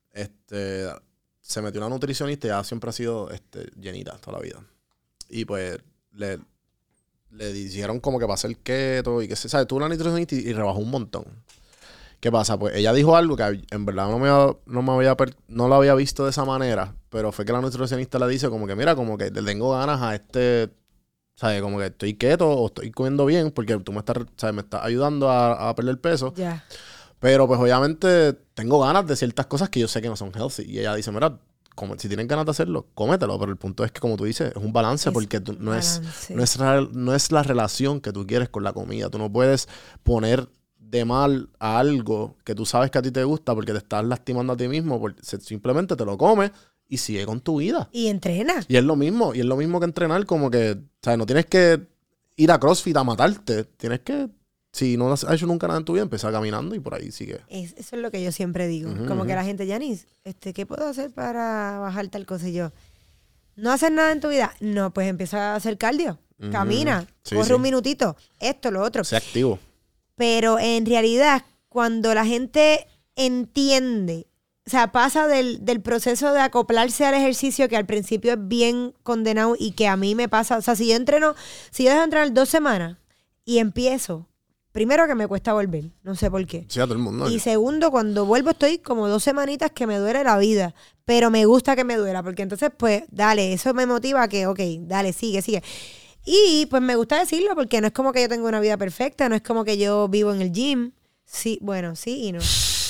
este, se metió una nutricionista y ella siempre ha sido, este, llenita toda la vida. Y pues, le, le dijeron como que para hacer keto y que se, ¿sabes? Tuvo una nutricionista y, y rebajó un montón. ¿Qué pasa? Pues ella dijo algo que en verdad no me, había- no me había, per- no lo había visto de esa manera, pero fue que la nutricionista le dice como que, mira, como que le tengo ganas a este, ¿sabes? Como que estoy keto o estoy comiendo bien porque tú me estás, ¿sabes? Me estás ayudando a, a perder peso. Ya. Pero pues obviamente tengo ganas de ciertas cosas que yo sé que no son healthy. Y ella dice, mira, como, si tienen ganas de hacerlo, cómetelo. Pero el punto es que, como tú dices, es un balance Es porque tú- no, es, balance. no, es la, no es la relación que tú quieres con la comida. Tú no puedes poner de mal a algo que tú sabes que a ti te gusta porque te estás lastimando a ti mismo. Porque se- simplemente te lo comes y sigue con tu vida. Y entrena. Y es lo mismo. Y es lo mismo que entrenar, como que, ¿sabes? No tienes que ir a CrossFit a matarte. Tienes que... Si no has hecho nunca nada en tu vida, empieza caminando y por ahí sigue. Es- eso es lo que yo siempre digo. Ujú, Como ujú. que la gente, Yanis, este, ¿qué puedo hacer para bajar tal cosa? Y yo, ¿no hacer nada en tu vida? No, pues empieza a hacer cardio. Ujú. Camina, Sí, corre sí. un minutito, esto, lo otro. Sea activo. Pero en realidad, cuando la gente entiende, o sea, pasa del, del proceso de acoplarse al ejercicio que al principio es bien condenado y que a mí me pasa, o sea, si yo entreno, si yo dejo de entrenar dos semanas y empiezo, primero que me cuesta volver, no sé por qué. Sí, a todo el mundo. Y segundo, cuando vuelvo estoy como dos semanitas que me duele la vida, pero me gusta que me duela, porque entonces pues, dale, eso me motiva a que, ok, dale, sigue, sigue. Y pues me gusta decirlo porque no es como que yo tengo una vida perfecta, no es como que yo vivo en el gym. Sí, bueno, sí y no.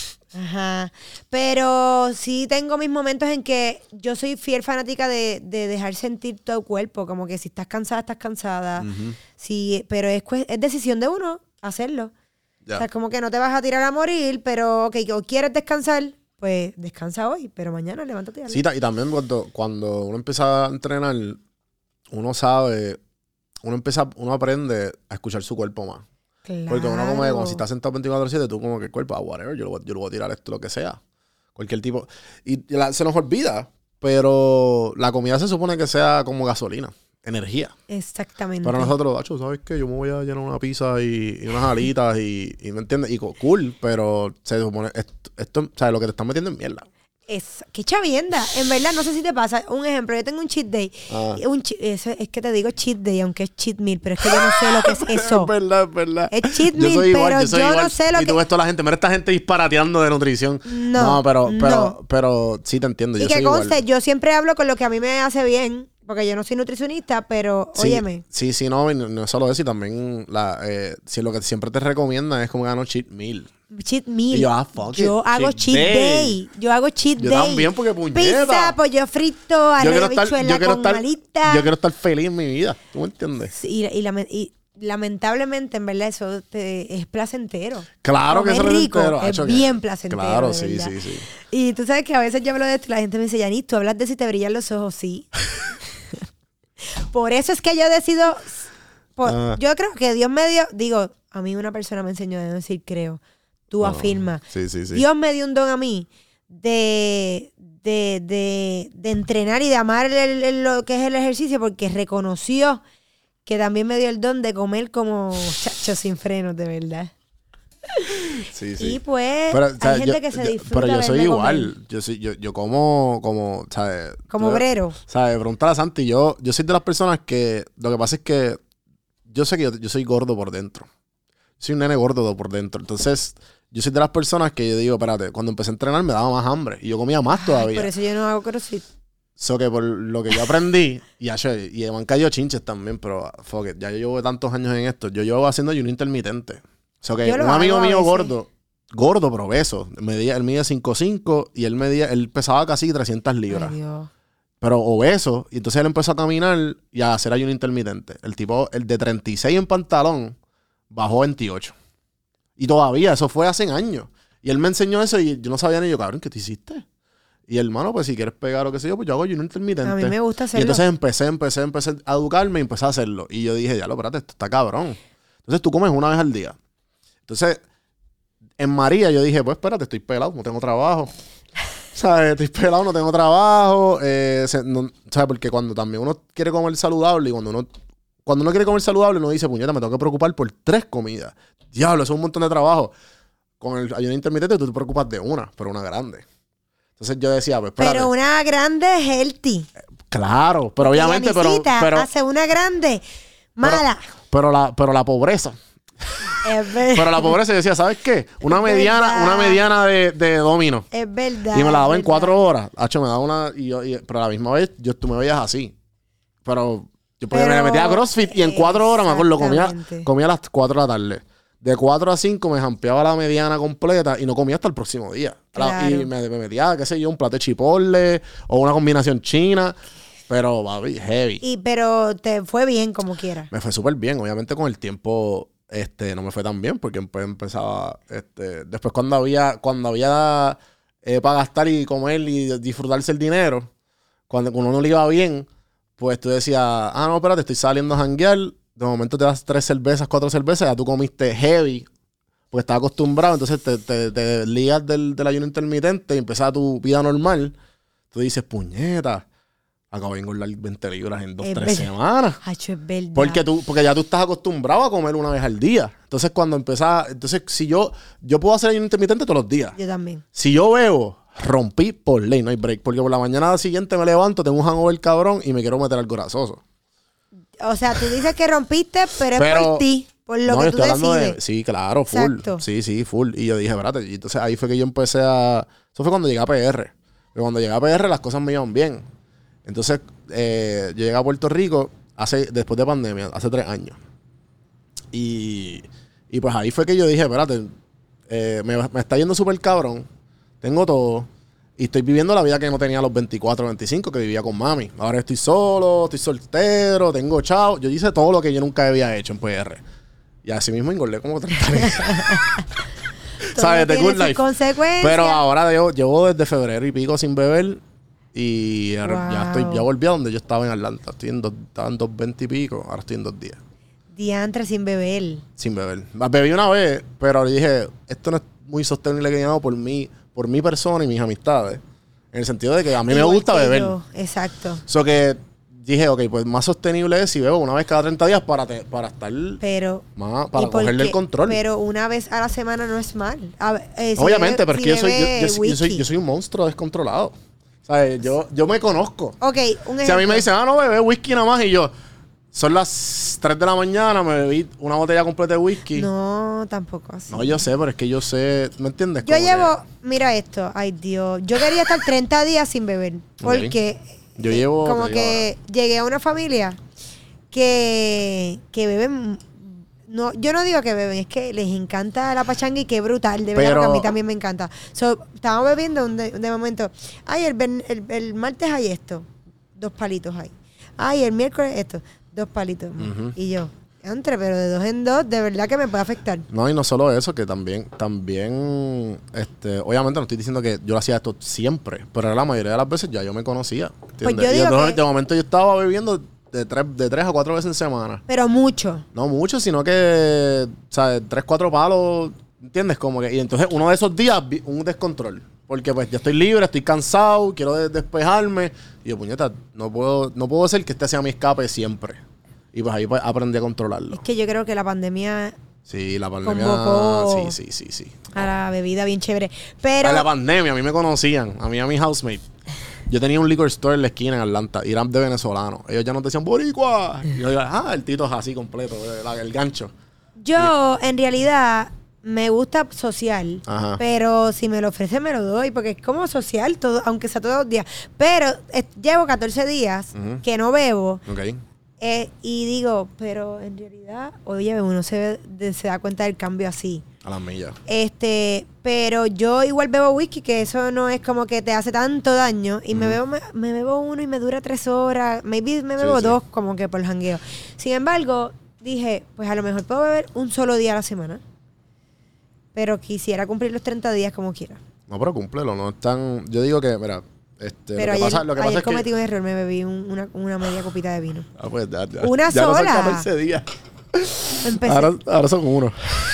Ajá. Pero sí tengo mis momentos en que yo soy fiel fanática de, de dejar sentir todo el cuerpo, como que si estás cansada, estás cansada. Ujú. Sí, pero es, cues- es decisión de uno hacerlo. Ya. O sea, como que no te vas a tirar a morir, pero ok, o quieres descansar, pues descansa hoy, pero mañana levántate y dale. Sí, ta- y también cuando, cuando uno empieza a entrenar, uno sabe, uno empieza, uno aprende a escuchar su cuerpo más. Porque uno como, que, como si estás sentado veinticuatro siete, tú como que el cuerpo, ah, whatever, yo lo, voy- yo lo voy a tirar esto, lo que sea. Cualquier tipo. Y la- se nos olvida pero la comida se supone que sea como gasolina, energía. Exactamente. Para nosotros, Acho, ¿sabes qué? Yo me voy a llenar una pizza y, y unas alitas y, y ¿me entiendes? Y cool, pero se supone, esto, esto, ¿sabes? Lo que te están metiendo es mierda. Es, qué chavienda. En verdad, no sé si te pasa. Un ejemplo, yo tengo un cheat day. Ah. Un chi- eso, es que te digo cheat day, aunque es cheat meal, pero es que yo no sé lo que es eso. Es verdad, es verdad. Es cheat Yo meal, soy igual, pero yo, soy yo igual. no sé lo y que... tú ves toda la gente, mira esta gente disparateando de nutrición. No, pero, pero, no. pero sí te entiendo. Y Yo que soy conste, igual. yo siempre hablo con lo que a mí me hace bien, porque yo no soy nutricionista, pero Sí, óyeme. Sí, sí, no, y no, no es solo eso, y también la, eh, si lo que siempre te recomiendan es como ganar cheat meal. Cheat meal. Y yo, ah, fuck yo it, hago cheat cheat day. day. Yo hago cheat Yo day. también, porque puñeta. Pizza, pollo frito, Yo arroz quiero de estar, habichuela yo quiero con estar, alitas. yo quiero estar feliz en mi vida. ¿Tú me entiendes? Sí, y, y, lame- y lamentablemente, en verdad, eso te, es placentero. Claro que Comer eso es rico, entero. es Acho, que- bien placentero, Claro, de sí, verdad. sí, sí. Y tú sabes que a veces yo hablo de esto y la gente me dice, Yanis, tú hablas de si te brillan los ojos, sí. Por eso es que yo decido... por- Ah. Yo creo que Dios me dio... Digo, a mí una persona me enseñó a no decir creo. Tú No, afirma. Sí, sí, sí. Dios me dio un don a mí de, de, de, de entrenar y de amar el- el- lo que es el ejercicio porque reconoció que también me dio el don de comer como chacho sin frenos, de verdad. Sí, sí. Y pues Pero, o sea, hay gente yo- que se yo- disfruta Pero yo verme soy igual. comer. Yo soy, yo, yo como, como, ¿sabes? Como Tú- obrero. ¿Sabes? Preguntar a Santi. Yo, yo soy de las personas que, lo que pasa es que yo sé que yo, yo soy gordo por dentro. Soy un nene gordo por dentro. Entonces, yo soy de las personas que yo digo, espérate, cuando empecé a entrenar me daba más hambre. Y yo comía más Ay, todavía. por eso yo no hago crossfit. So que por lo que yo aprendí, y, acho, y me han caído chinches también, pero fuck it, ya yo llevo tantos años en esto. Yo llevo haciendo ayuno intermitente. So que Yo lo un amigo hago a mío veces. gordo, gordo pero obeso, medía, él medía cinco cinco y él medía, él pesaba casi trescientas libras. Ay, Dios. Pero obeso, y entonces él empezó a caminar y a hacer ayuno intermitente. El tipo, el de treinta y seis en pantalón, bajó veintiocho. Y todavía, eso fue hace años. Y él me enseñó eso y yo no sabía ni yo, cabrón, ¿qué te hiciste? Y hermano, pues si quieres pegar o qué sé yo, pues yo hago ayuno intermitente. A mí me gusta Y hacerlo. entonces empecé, empecé, empecé a educarme y empecé a hacerlo. Y yo dije, ya lo, espérate, esto está cabrón. Entonces tú comes una vez al día. Entonces, en María yo dije, pues espérate, estoy pelado, no tengo trabajo. ¿Sabes? Estoy pelado, no tengo trabajo. Eh, se- no- ¿Sabes? Porque cuando también uno quiere comer saludable y cuando uno, cuando uno quiere comer saludable, uno dice, puñeta, me tengo que preocupar por tres comidas. Diablo, eso es un montón de trabajo. Con el ayuno intermitente tú te preocupas de una, pero una grande. Entonces yo decía, pues espérate. Pero una grande healthy. Claro, pero obviamente, pero, Yanisita pero, hace una grande mala. pero la, pero la pobreza. es, ver- Pero la pobreza, yo decía, ¿sabes qué? Una Es mediana, verdad. una mediana de, de domino. es verdad. Y me la daba es en cuatro verdad. horas. Hacho, me daba una. Y yo, y- pero a la misma vez, yo, tú me veías así. Pero yo porque Pero- me metía a CrossFit y en cuatro horas, me acuerdo, comía, Exactamente. comía a las cuatro de la tarde. De cuatro a cinco me jampeaba la mediana completa y no comía hasta el próximo día. Claro. Y me, me metía, qué sé yo, un plato de chipotle o una combinación china. Pero, papi, heavy. Y, pero te fue bien como quiera. Me fue súper bien. Obviamente con el tiempo este, no me fue tan bien porque empe- empezaba... Este, después cuando había, cuando había eh, para gastar y comer y disfrutarse el dinero, cuando, cuando uno le iba bien, pues tú decías, ah, no, espérate, estoy saliendo a janguear. De momento te das tres cervezas, cuatro cervezas, ya tú comiste heavy porque estás acostumbrado. Entonces te, te, te lías del, del ayuno intermitente y empiezas tu vida normal. Tú dices, puñeta, acabo de engordar veinte libras en dos, Es tres verdad. semanas. Hacho, es verdad. Porque tú, porque ya tú estás acostumbrado a comer una vez al día. Entonces, cuando empezás, entonces, si yo, yo puedo hacer ayuno intermitente todos los días. Yo también. Si yo bebo, rompí por ley, no hay break. Porque por la mañana siguiente me levanto, tengo un hangover cabrón y me quiero meter algo grasoso. O sea, tú dices que rompiste, pero, es Pero- por ti, por lo no, que yo tú estoy hablando decides. de, sí, claro, full. Exacto. Sí, sí, full. Y yo dije, espérate. Y entonces ahí fue que yo empecé a, eso fue cuando llegué a P R. Pero cuando llegué a P R las cosas me iban bien. Entonces, eh, yo llegué a Puerto Rico hace, después de pandemia, hace tres años. Y, y pues ahí fue que yo dije, espérate, eh, me, me está yendo súper cabrón. Tengo todo. Y estoy viviendo la vida que no tenía a los veinticuatro, veinticinco, que vivía con mami. Ahora estoy solo, estoy soltero, tengo chao. Yo hice todo lo que yo nunca había hecho en P R. Y así mismo engordé como treinta libras. Todo ¿Sabes? The tiene good sus life. consecuencias. Pero ahora llevo, llevo desde febrero y pico sin beber. Y ahora ya Wow. estoy, ya volví a donde yo estaba en Atlanta. Estoy en dos, estaba en dos veinte y pico. Ahora estoy en dos días. Diantre sin beber. Sin beber. Bebí una vez, pero dije, esto no es muy sostenible que yo hago por mí, por mi persona y mis amistades. En el sentido de que a mí me Igual gusta que beber. yo, exacto. So que dije, ok, pues más sostenible es si bebo una vez cada treinta días para, te, para estar Pero, más, para ¿y por cogerle qué? el control. Pero una vez a la semana no es mal. A ver, eh, si Obviamente, bebe- pero es si que yo soy, yo, bebe yo, soy- yo soy, whisky. yo soy un monstruo descontrolado. ¿Sabes? Yo, yo me conozco. Ok, un ejemplo. Si a mí me dicen, ah, no, bebé whisky nada más, y yo, son las tres de la mañana, me bebí una botella completa de whisky. No, tampoco así. No, yo sé, pero es que yo sé, ¿me entiendes? Yo Como llevo, que mira esto, ay Dios, yo quería estar treinta días sin beber, porque Yo llevo- como te digo que llegué a una familia que, que beben, no, yo no digo que beben, es que les encanta la pachanga y qué brutal, de verdad Pero- que a mí también me encanta. So, estábamos bebiendo un de, de momento, ay, el, ven- el, el martes hay esto, dos palitos hay, ay, el miércoles esto, dos palitos, Ujú. y yo, entre, pero de dos en dos, de verdad que me puede afectar. No, y no solo eso, que también, también, este, obviamente no estoy diciendo que yo lo hacía esto siempre, pero la mayoría de las veces ya yo me conocía. ¿entiendes? Pues yo y digo entonces, que- de momento yo estaba bebiendo de tres, de tres a cuatro veces en semana. Pero mucho. No mucho, sino que, ¿sabes? Tres, cuatro palos, ¿entiendes? Como que, y entonces uno de esos días, vi- un descontrol. Porque pues ya estoy libre, estoy cansado, quiero de- despejarme. Y yo, puñeta, no puedo, no puedo ser que este sea mi escape siempre. Y pues ahí pues, aprendí a controlarlo. Es que yo creo que la pandemia Sí, la pandemia. Convocó- Sí, sí, sí, sí. a la bebida bien chévere. Pero A la pandemia, a mí me conocían, a mí y a mi housemate. Yo tenía un liquor store en la esquina en Atlanta y eran de venezolanos. Ellos ya nos decían, ¡boricua! Y yo digo, ah, el Tito es así completo, el, el gancho. yo, en realidad, me gusta social. Ajá. Pero si me lo ofrece, me lo doy. Porque es como social, todo, aunque sea todos los días. Pero eh, llevo catorce días Ujú. que no bebo. Ok. eh, y digo, pero en realidad, oye, uno se, de- se da cuenta del cambio así. A las millas. Este, pero yo igual bebo whisky, que eso no es como que te hace tanto daño. Y me Ujú. bebo me, me bebo uno y me dura tres horas. Maybe me Sí, bebo sí. dos, como que por jangueo. Sin embargo, dije, pues a lo mejor puedo beber un solo día a la semana. Pero quisiera cumplir los treinta días como quiera. No, pero cúmplelo, no es tan... Yo digo que, mira, este, Pero lo que ayer, pasa, lo que pasa ayer es que... cometí un error, me bebí un- una, una media copita de vino. Ah, pues, ya, ya- Una ya no son sola. catorce días. Empecé. Ahora, ahora son uno.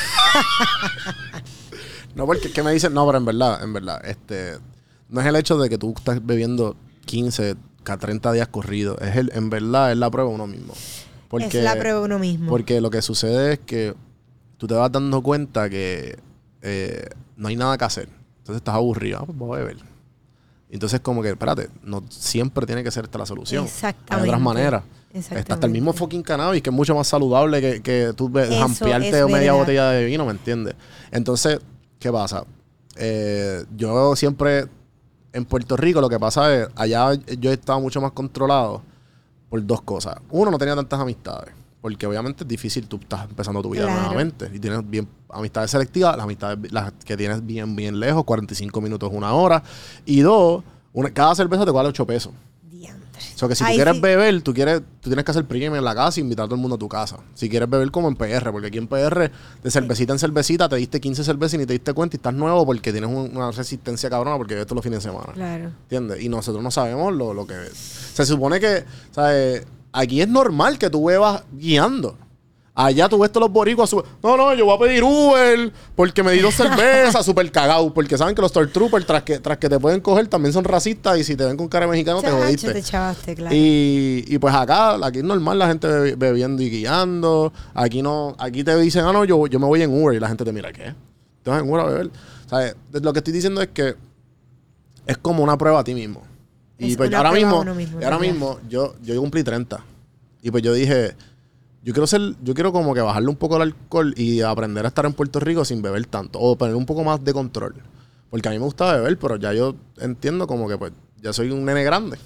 No, porque es que me dicen, no, pero en verdad, en verdad, este, no es el hecho de que tú estás bebiendo quince, a treinta días corridos. Es el, en verdad, es la prueba de uno mismo. Porque, es la prueba de uno mismo. Porque lo que sucede es que tú te vas dando cuenta que eh, no hay nada que hacer. Entonces estás aburrido. Ah, pues voy a beber. Entonces como que, espérate, no siempre tiene que ser esta la solución. Exactamente. Hay otras maneras. Exactamente. Está hasta el mismo fucking cannabis, que es mucho más saludable que, que tú be- Eso jampearte es media verdad. botella de vino, ¿me entiendes? Entonces, ¿qué pasa? Eh, yo siempre, en Puerto Rico, lo que pasa es, allá yo estaba mucho más controlado por dos cosas. Uno, no tenía tantas amistades. Porque obviamente es difícil, tú estás empezando tu vida Claro. nuevamente. Y tienes bien amistades selectivas, las amistades las que tienes bien, bien lejos, cuarenta y cinco minutos, una hora. Y dos, una, cada cerveza te vale ocho pesos. Diantre. O sea que si Ahí tú quieres sí. beber, tú quieres, tú tienes que hacer pregame en la casa y invitar a todo el mundo a tu casa. Si quieres beber como en P R, porque aquí en P R, de cervecita en cervecita, te diste quince cervezas y ni te diste cuenta y estás nuevo porque tienes un- una resistencia cabrona porque bebes todos los fines de semana. Claro. ¿Entiendes? Y nosotros no sabemos lo, lo que... Se supone que, ¿sabes? Aquí es normal que tú bebas guiando. Allá tú ves todos los boricuas. sube- No, no, yo voy a pedir Uber porque me di dos cervezas, súper cagado. Porque saben que los Stormtroopers, tras que, tras que te pueden coger, también son racistas. Y si te ven con cara de mexicano, te Chacho, jodiste. te chavaste, claro. Y, y pues acá, aquí es normal la gente bebi- bebiendo y guiando. Aquí no, aquí te dicen, ah, no, yo, yo me voy en Uber. Y la gente te mira, ¿qué? ¿Te vas en Uber a beber? ¿Sabes? Lo que estoy diciendo es que es como una prueba a ti mismo. Y Es pues una ahora prueba a mismo, uno mismo, y ahora ¿verdad? mismo, yo, yo cumplí treinta. Y pues yo dije, yo quiero ser, yo quiero como que bajarle un poco el alcohol y aprender a estar en Puerto Rico sin beber tanto. O tener un poco más de control. Porque a mí me gusta beber, pero ya yo entiendo como que pues ya soy un nene grande.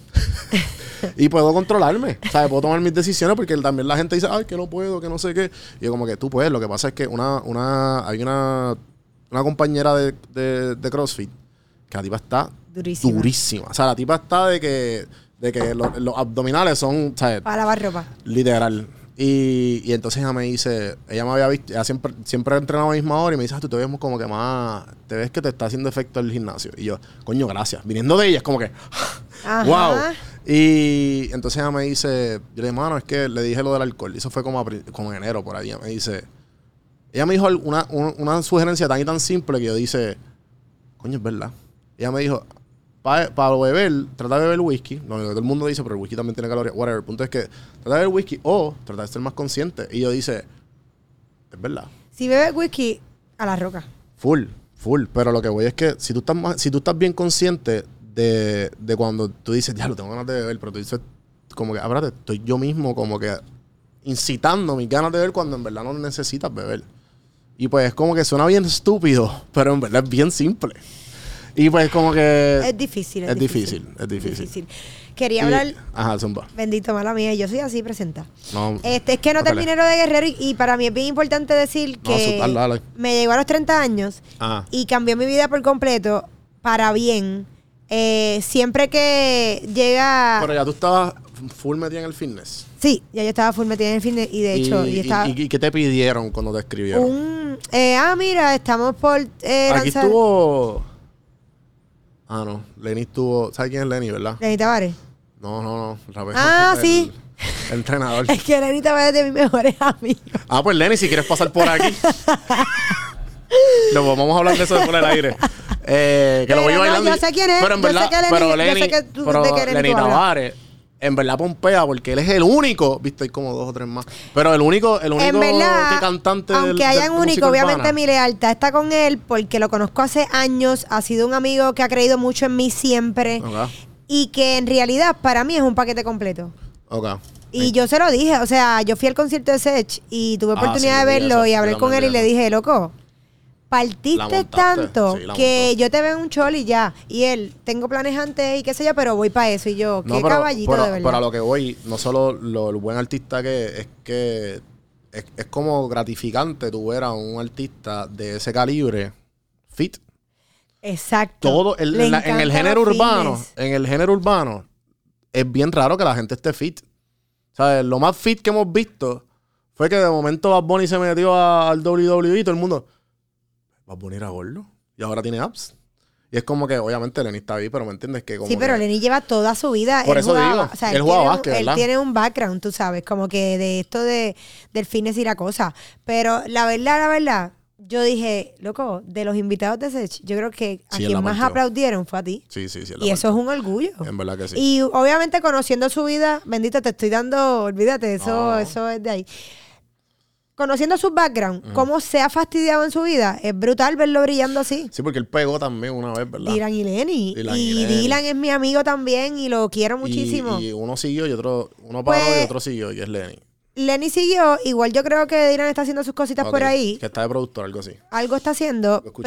Y puedo controlarme. ¿Sabes? Puedo tomar mis decisiones porque también la gente dice, ay, que no puedo, que no sé qué. Y yo como que tú puedes. Lo que pasa es que una, una, hay una, una compañera de, de, de CrossFit que la tipa está Durísima. durísima. O sea, la tipa está de que, de que los, los abdominales son, ¿sabes? Para lavar ropa. Literal. Y, y entonces ella me dice, ella me había visto, ella siempre, siempre ha entrenado a la misma hora y me dice, ah, tú te ves como que más, te ves que te está haciendo efecto el gimnasio. Y yo, coño, gracias. Viniendo de ella, es como que, Ajá. wow. Y entonces ella me dice, yo le dije, mano, es que le dije lo del alcohol. Y eso fue como, a pri- como en enero por ahí. Ella me dice, ella me dijo una, una, una sugerencia tan y tan simple que yo dice, coño, es verdad. Ella me dijo, para pa beber, trata de beber whisky. No, todo el mundo dice, pero el whisky también tiene calorías. Whatever. El punto es que trata de beber whisky o trata de ser más consciente. Y yo dice, es verdad. Si bebes whisky, a la roca. Full, full. Pero lo que voy es que si tú estás, más, si tú estás bien consciente de, de cuando tú dices, ya lo tengo ganas de beber, pero tú dices, como que, espérate, estoy yo mismo como que incitando mis ganas de beber cuando en verdad no necesitas beber. Y pues como que suena bien estúpido, pero en verdad es bien simple. Y pues como que... Es difícil. Es, es difícil, difícil, es difícil. difícil. Quería Y- hablar... Ajá, zumba. Bendito, mala mía, yo soy así presenta. No, Este, es que no no terminé lo de Guerrero y, y para mí es bien importante decir No, que su- dale, dale. me llegó a los treinta años Ajá. y cambió mi vida por completo para bien. Eh, siempre que llega... Pero ya tú estabas full metida en el fitness. Sí, ya yo estaba full metida en el fitness y de hecho... ¿Y, yo estaba y, y qué te pidieron cuando te escribieron? un... eh, ah, mira, estamos por eh, Aquí lanzar... estuvo... Ah, no. Lenny estuvo... ¿Sabes quién es Lenny, verdad? Lenny Tavares. No, no, no. el rapero, Ah, el- sí. El entrenador. Es que Lenny Tavares es de mis mejores amigos. Ah, pues Lenny, si quieres pasar por aquí. Lo vamos a hablar de eso después del aire. Eh, que Pero lo voy no, bailando. yo sé quién es, Pero en yo sé verdad, que Lenny- pero yo Lenny, sé que tú- pero de qué Lenny Lenny tú hablas. Tavares, en verdad pompea porque él es el único, viste, hay como dos o tres más. Pero el único, el único En verdad, que cantante del- aunque del- hayan de música único, obviamente urbana. mi lealtad está con él porque lo conozco hace años, ha sido un amigo que ha creído mucho en mí siempre Ok, y que en realidad para mí es un paquete completo. ok. Y yo se lo dije, o sea, yo fui al concierto de Sech y tuve Ah, oportunidad sí, de vi verlo eso, y yo hablé con también él y vi le eso. dije, loco, La partiste montaste, tanto sí, la que montaste. yo te veo en un chol y ya. Y él, tengo planes antes y qué sé yo, pero voy para eso. Y yo, qué No, pero, caballito pero, de verdad. pero a lo que voy, no solo lo, el buen artista que es, es que es, es como gratificante tu ver a un artista de ese calibre fit. Exacto. Todo el- Le en, la- en el encanta género los urbano, fitness. en el género urbano, es bien raro que la gente esté fit. ¿Sabes? Lo más fit que hemos visto fue que de momento Bad Bunny se metió a- al doble u doble u E y todo el mundo, Bad Bunny era gordo y ahora tiene abs. Y es como que, obviamente, Lenny está ahí, pero ¿me entiendes? Que como Sí, pero que- Lenny lleva toda su vida. Por él eso jugaba- digo, o sea, él él, jugaba tiene, básquet, un, él ¿verdad? tiene un background, tú sabes, como que de esto de del fitness y la cosa. Pero la verdad, la verdad, yo dije, loco, de los invitados de Sech, yo creo que a Sí, él quien la más partió. aplaudieron fue a ti. Sí, sí, sí. Y eso es un orgullo. En verdad que sí. Y obviamente conociendo su vida, bendito, te estoy dando, olvídate, eso, No. eso es de ahí. Conociendo su background, cómo se ha fastidiado en su vida, es brutal verlo brillando así. Sí, porque él pegó también una vez, ¿verdad? Dylan y Lenny. Dylan y y Lenny. Dylan es mi amigo también y lo quiero Y- muchísimo. Y, uno siguió y otro, uno paró Pues- y otro siguió, y es Lenny. Lenny siguió, igual yo creo que Dylan está haciendo sus cositas Ok, por ahí. Que está de productor, algo así. Algo está haciendo, Lo escuché.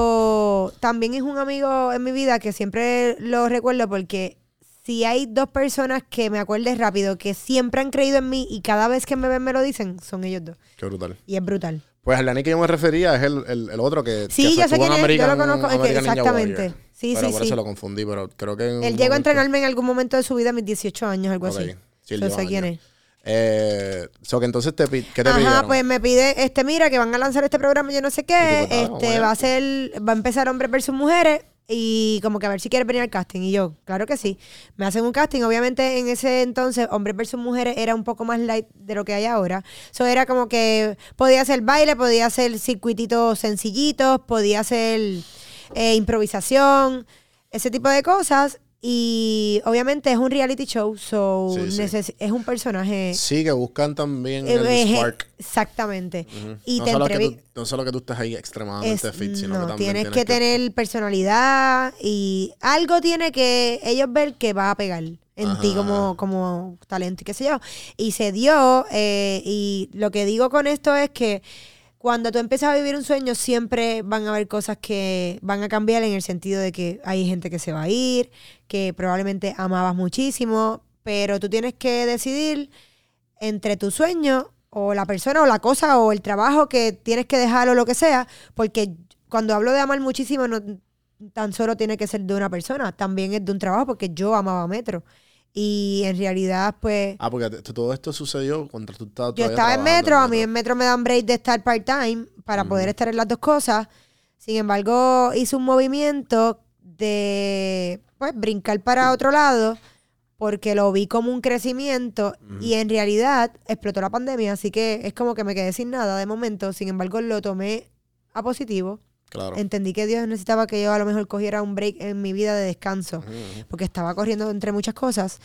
pero también es un amigo en mi vida que siempre lo recuerdo porque si hay dos personas que me acuerde rápido que siempre han creído en mí y cada vez que me ven me lo dicen, son ellos dos. Qué brutal. Y es brutal. Pues el Lenny que yo me refería es el, el, el otro que, Sí, que yo sé estuvo en quién es, yo American, lo conozco, es que American Ninja exactamente. Warrior. Sí, pero sí, por sí. eso lo confundí, pero creo que en un Él llegó a momento- entrenarme en algún momento de su vida a mis dieciocho años, algo Ok, así. sí, él Yo lleva sé quién años. es. Eh, so que entonces te, pi- ¿qué te Ajá, pidieron? pues me pide, este, mira, que van a lanzar este programa, yo no sé Y qué, tú, pues, dale, vamos este, allá. va a ser, va a empezar hombres versus mujeres, y como que a ver si quieres venir al casting. Y yo, claro que sí. Me hacen un casting, obviamente en ese entonces, hombres versus mujeres era un poco más light de lo que hay ahora. Eso era como que podía hacer baile, podía hacer circuititos sencillitos, podía hacer eh, improvisación, ese tipo de cosas. Y obviamente es un reality show, so Sí, sí. neces- es un personaje. Sí, que buscan también eh, el eh, spark. Exactamente. Ujú. Y no, te solo que entrevi- tú, no solo que tú estés ahí extremadamente es- fit, sino no, que también tienes, que, tener personalidad y algo tiene que ellos ver que va a pegar en Ajá. ti como, como talento y qué sé yo. Y se dio, eh, y lo que digo con esto es que cuando tú empiezas a vivir un sueño, siempre van a haber cosas que van a cambiar en el sentido de que hay gente que se va a ir, que probablemente amabas muchísimo, pero tú tienes que decidir entre tu sueño o la persona o la cosa o el trabajo que tienes que dejar o lo que sea, porque cuando hablo de amar muchísimo no tan solo tiene que ser de una persona, también es de un trabajo porque yo amaba Metro y en realidad pues Ah, porque te- todo esto sucedió cuando tú estabas yo todavía estaba en trabajando Metro, a mí en Metro me dan break de estar part-time para poder estar en las dos cosas. Sin embargo, hice un movimiento de pues brincar para otro lado porque lo vi como un crecimiento y en realidad explotó la pandemia, así que es como que me quedé sin nada de momento. Sin embargo, lo tomé a positivo Claro. Entendí que Dios necesitaba que yo a lo mejor cogiera un break en mi vida de descanso, uh-huh. porque estaba corriendo entre muchas cosas.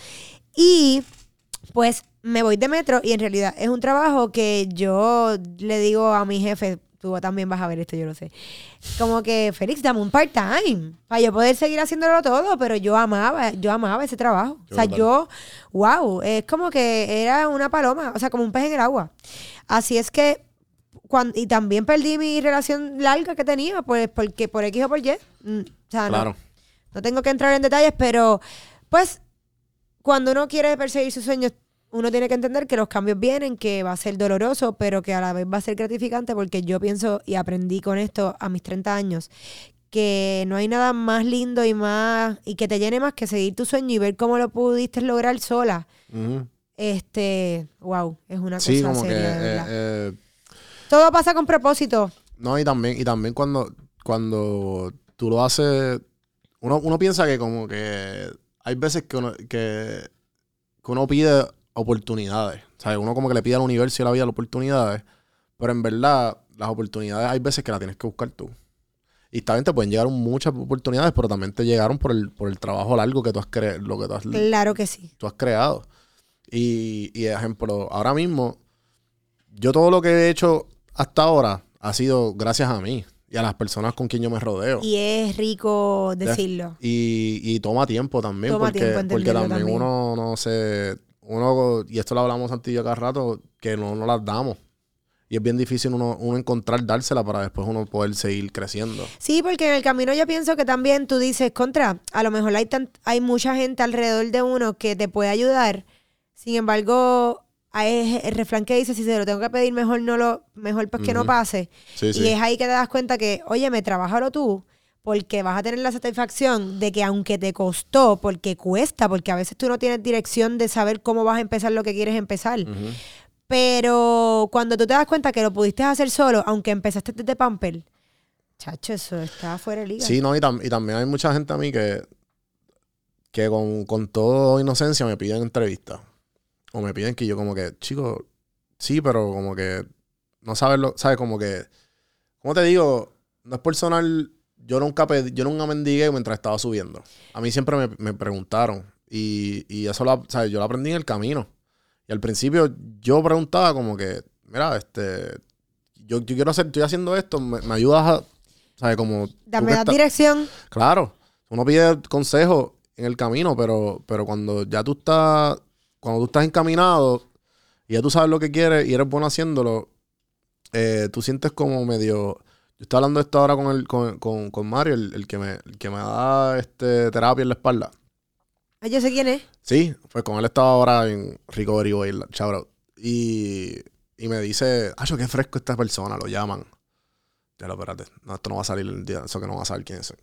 Y pues me voy de metro y en realidad es un trabajo que yo le digo a mi jefe, tú también vas a ver esto, yo lo sé, como que, Félix, dame un part-time para yo poder seguir haciéndolo todo, pero yo amaba, yo amaba ese trabajo. Qué o sea, brutal. Yo, wow, es como que era una paloma, o sea, como un pez en el agua. Así es que Cuando, y también perdí mi relación larga que tenía, pues porque por X o por Y. Mm, o sea, claro. no, no tengo que entrar en detalles, pero pues cuando uno quiere perseguir sus sueños, uno tiene que entender que los cambios vienen, que va a ser doloroso, pero que a la vez va a ser gratificante, porque yo pienso y aprendí con esto a mis treinta años, que no hay nada más lindo y más y que te llene más que seguir tu sueño y ver cómo lo pudiste lograr sola. Uh-huh. Este, wow, es una sí, cosa como seria, que, de verdad. Eh, eh, Todo pasa con propósito. No, y también, y también cuando, cuando tú lo haces, uno, uno piensa que como que hay veces que uno, que, que uno pide oportunidades. O sea, uno como que le pide al universo y a la vida las oportunidades, pero en verdad las oportunidades hay veces que las tienes que buscar tú. Y también te pueden llegar muchas oportunidades, pero también te llegaron por el, por el trabajo largo que tú has creado, lo que tú has, claro que sí. Tú has creado. Y, y ejemplo, ahora mismo, yo todo lo que he hecho hasta ahora ha sido gracias a mí y a las personas con quien yo me rodeo. Y es rico decirlo. Y, y toma tiempo también, toma porque, tiempo porque también, también uno, no sé, uno, y esto lo hablamos antes y yo cada rato, que no, no las damos. Y es bien difícil uno, uno encontrar dársela para después uno poder seguir creciendo. Sí, porque en el camino yo pienso que también tú dices, contra, a lo mejor hay, tan, hay mucha gente alrededor de uno que te puede ayudar. Sin embargo, hay el refrán que dice, si se lo tengo que pedir, mejor no lo, mejor pues uh-huh. que no pase. Sí, y sí. es ahí que te das cuenta que, oye, me trabájalo tú, porque vas a tener la satisfacción de que aunque te costó, porque cuesta, porque a veces tú no tienes dirección de saber cómo vas a empezar lo que quieres empezar. Uh-huh. Pero cuando tú te das cuenta que lo pudiste hacer solo, aunque empezaste desde Pamper, chacho, eso está fuera de liga. Sí, no, y, tam- y también hay mucha gente a mí que, que con, con toda inocencia me piden entrevistas. O me piden que yo como que, chico, sí, pero como que no sabes lo, sabes, como que, ¿cómo te digo? No es personal, yo nunca pedí, yo nunca mendigué mientras estaba subiendo. A mí siempre me, me preguntaron. Y, y eso lo, ¿sabes? Yo lo aprendí en el camino. Y al principio yo preguntaba como que, mira, este, yo, yo quiero hacer, estoy haciendo esto, me, me ayudas a, ¿sabes? Como... Dame la dirección. Claro, uno pide consejo en el camino, pero, pero cuando ya tú estás, cuando tú estás encaminado y ya tú sabes lo que quieres y eres bueno haciéndolo, eh, tú sientes como medio... Yo estoy hablando de esto ahora con, el, con, con, con Mario, el, el, que me, el que me da este, terapia en la espalda. Yo sé quién es. Sí, pues con él estaba ahora en Recovery Way, shout out. Y, y me dice, ¡ay, qué fresco esta persona! Lo llaman. Ya lo, espérate. No, esto no va a salir el día. Eso que no va a saber quién es.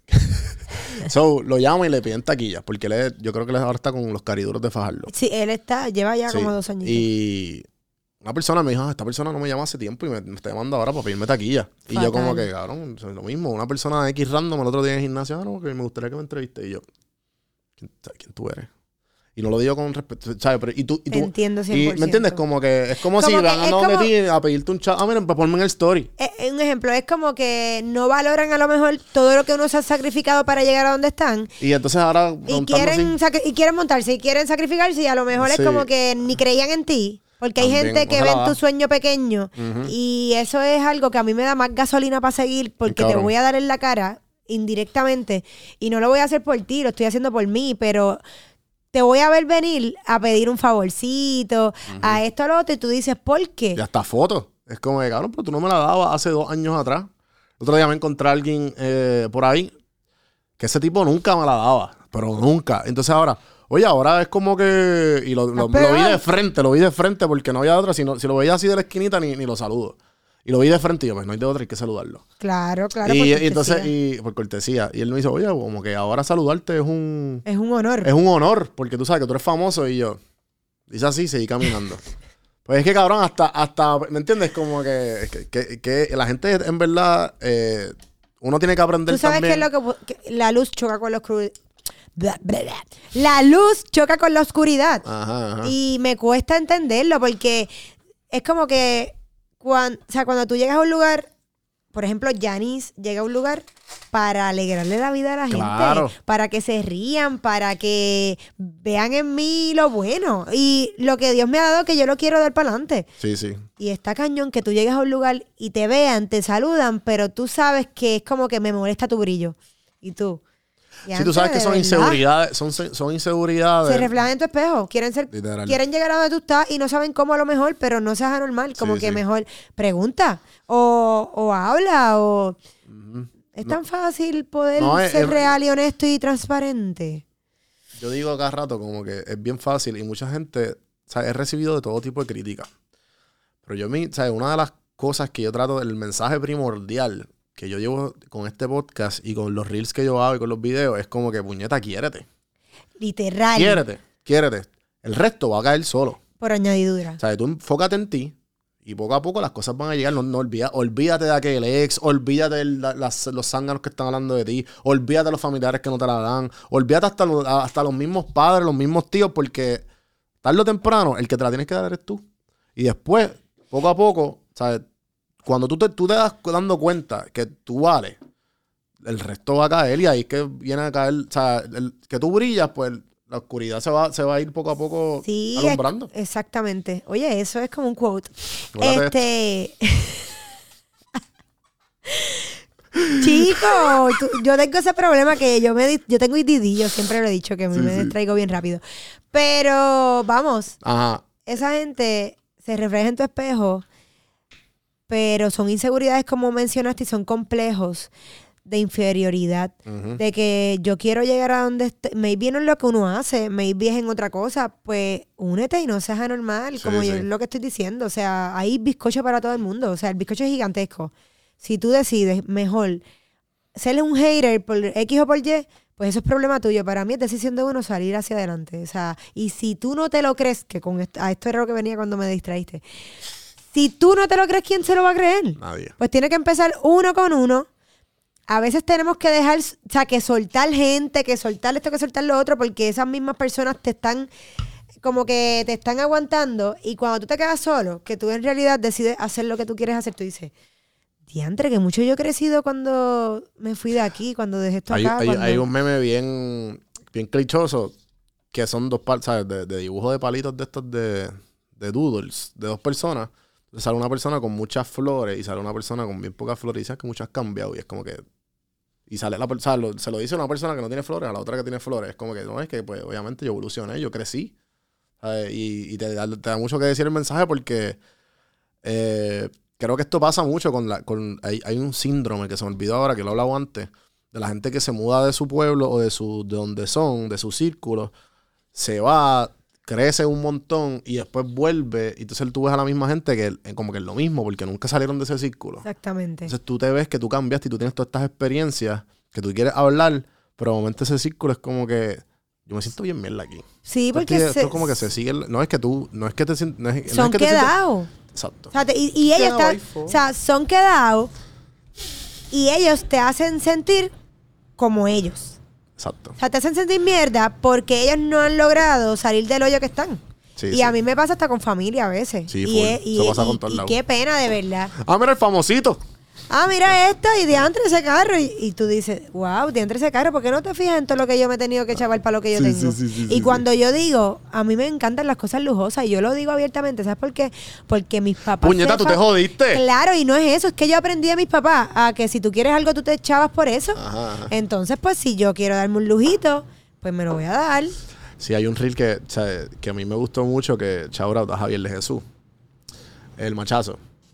So, lo llaman y le piden taquillas. Porque él es, yo creo que él ahora está con los cariduros de Fajardo. Sí, él está, lleva ya sí. como dos añitos. Y una persona me dijo, ah, esta persona no me llama hace tiempo y me, me está llamando ahora para pedirme taquillas. Y yo como que, cabrón, es lo mismo. Una persona de X random el otro día en el gimnasio, ah, no, que me gustaría que me entreviste. Y yo, ¿quién, ¿quién tú eres? Y no lo digo con respeto, ¿sabes? Pero, y tú, y tú, entiendo cien por ciento. Y, ¿me entiendes? Como que es como, como si van a donde ti a pedirte un chat. Ah, miren, para ponerme en el story. Es un ejemplo, es como que no valoran a lo mejor todo lo que uno se ha sacrificado para llegar a donde están. Y entonces ahora... Y quieren, sacri- y quieren montarse, y quieren sacrificarse, y a lo mejor sí. es como que ni creían en ti. Porque hay También, gente que ven tu sueño pequeño. Uh-huh. Y eso es algo que a mí me da más gasolina para seguir, porque te voy a dar en la cara indirectamente. Y no lo voy a hacer por ti, lo estoy haciendo por mí, pero... te voy a ver venir a pedir un favorcito, uh-huh. a esto, a lo otro, y tú dices, ¿por qué? Y hasta fotos. Es como que, cabrón, pero tú no me la dabas hace dos años atrás. El otro día me encontré a alguien eh, por ahí que ese tipo nunca me la daba, pero nunca. Entonces ahora, oye, ahora es como que... Y lo, lo, lo vi de frente, lo vi de frente porque no había otra. Si, no, si lo veía así de la esquinita, ni, ni lo saludo. Y lo vi de frente y yo, pues no hay de otra, hay que saludarlo. Claro, claro. Y, por y entonces, y por cortesía. Y él me dice, oye, como que ahora saludarte es un... Es un honor. Es un honor, porque tú sabes que tú eres famoso. Y yo, dice así, seguí caminando. Pues es que, cabrón, hasta, hasta ¿me entiendes? Como que, que, que, que la gente, en verdad, eh, uno tiene que aprender también. Tú sabes también. que es lo que, que la luz choca con la oscuridad. La luz choca con la oscuridad. Ajá, ajá. Y me cuesta entenderlo porque es como que... Cuando, o sea, cuando tú llegas a un lugar por ejemplo, Yanis llega a un lugar para alegrarle la vida a la Claro. gente, para que se rían, para que vean en mí lo bueno y lo que Dios me ha dado que yo lo quiero dar para adelante. Sí, sí. Y está cañón que tú llegues a un lugar y te vean, te saludan, pero tú sabes que es como que me molesta tu brillo. Y tú... Sí, tú sabes que son inseguridades, son, son inseguridades. Se reflejan en tu espejo. Quieren ser, Literal. quieren llegar a donde tú estás y no saben cómo a lo mejor, pero no seas anormal. Como Sí, que sí. mejor pregunta o, o habla o... Ujú. Es No. tan fácil poder No, es- ser es- real y honesto y transparente. Yo digo cada rato como que es bien fácil y mucha gente, o sea, he recibido de todo tipo de críticas. Pero yo, mi, ¿sabes? Una de las cosas que yo trato, el mensaje primordial que yo llevo con este podcast y con los reels que yo hago y con los videos es como que, puñeta, quiérete. Literal. Quiérete, quiérete. El resto va a caer solo. Por añadidura. O sea, tú enfócate en ti y poco a poco las cosas van a llegar. No, no olvida, olvídate de aquel ex, olvídate de la- las- los zánganos que están hablando de ti, olvídate de los familiares que no te la dan, olvídate hasta, los- hasta los mismos padres, los mismos tíos, porque tarde o temprano el que te la tienes que dar eres tú. Y después, poco a poco, ¿sabes? Cuando tú te, tú te das dando cuenta que tú vales, el resto va a caer y ahí es que viene a caer, o sea, el- que tú brillas, pues la oscuridad se va, se va a ir poco a poco Sí, alumbrando. ex- exactamente. Oye, eso es como un quote. Guárdate Este... Chico, tú- yo tengo ese problema que yo me di- yo tengo I D D, yo siempre lo he dicho que a mí Sí, me sí. distraigo bien rápido. Pero vamos, Ajá. esa gente se refleja en tu espejo, pero son inseguridades como mencionaste y son complejos de inferioridad, Ujú. de que yo quiero llegar a donde esté, maybe no es lo que uno hace, maybe es en otra cosa, pues únete y no seas anormal, Sí, como yo sí. es lo que estoy diciendo, o sea, hay bizcocho para todo el mundo, o sea, el bizcocho es gigantesco. Si tú decides mejor serle un hater por X o por Y, pues eso es problema tuyo. Para mí es decisión de uno salir hacia adelante. O sea, y si tú no te lo crees, que con esto, a esto era lo que venía cuando me distraíste. Si tú no te lo crees, ¿quién se lo va a creer? Nadie. Pues tiene que empezar uno con uno. A veces tenemos que dejar, o sea, que soltar gente, que soltar esto, que soltar lo otro, porque esas mismas personas te están, como que te están aguantando. Y cuando tú te quedas solo, que tú en realidad decides hacer lo que tú quieres hacer, tú dices, diantre, que mucho yo he crecido cuando me fui de aquí, cuando dejé esto Hay, acá. hay- cuando- hay un meme bien, bien clichoso que son dos partes, ¿sabes? De, de dibujo de palitos de estos de, de doodles, de dos personas. Entonces sale una persona con muchas flores y sale una persona con bien pocas flores y dice que muchas han cambiado. Y es como que. Y sale la persona, se lo dice una persona que no tiene flores a la otra que tiene flores. Es como que, no, es que pues obviamente yo evolucioné, yo crecí. ¿Sabes? Y, y te, da, te da mucho que decir el mensaje porque eh, creo que esto pasa mucho con la. Con, hay, hay un síndrome que se me olvidó ahora, que lo he hablado antes, de la gente que se muda de su pueblo o de su de donde son, de su círculo, se va, crece un montón y después vuelve. Y entonces tú ves a la misma gente que eh, como que es lo mismo, porque nunca salieron de ese círculo. Exactamente. Entonces tú te ves que tú cambiaste y tú tienes todas estas experiencias que tú quieres hablar, pero de momento ese círculo es como que yo me siento bien mierda aquí. Sí, Esto, porque es que- esto se- es como que se sigue. No es que tú, no es que te sientas. No es, no es son que te sientas- quedados. Exacto. O sea, te- y, y ellos Queda están, waifu. o sea, son quedados y ellos te hacen sentir como ellos. Exacto. O sea, te hacen sentir mierda porque ellos no han logrado salir del hoyo que están. Sí, y sí. a mí me pasa hasta con familia a veces. Sí, y full. es- y, Eso pasa y- con todos y lados. qué pena, de verdad. Ah, mira el famosito. Ah, mira esto y diantre ese carro. Y, y tú dices, wow, diantre ese carro, ¿por qué no te fijas en todo lo que yo me he tenido que chaval para lo que yo Sí, tengo? sí, sí, sí, y sí, cuando yo digo, a mí me encantan las cosas lujosas, y yo lo digo abiertamente, ¿sabes por qué? Porque mis papás... Puñeta, tú te sepan- jodiste. Claro, y no es eso, es que yo aprendí de mis papás a que si tú quieres algo, tú te echabas por eso. Ajá, ajá. Entonces, pues si yo quiero darme un lujito, pues me lo voy a dar. Sí, hay un reel que, o sea, que a mí me gustó mucho, que shout out a Javier de Jesús. El machazo.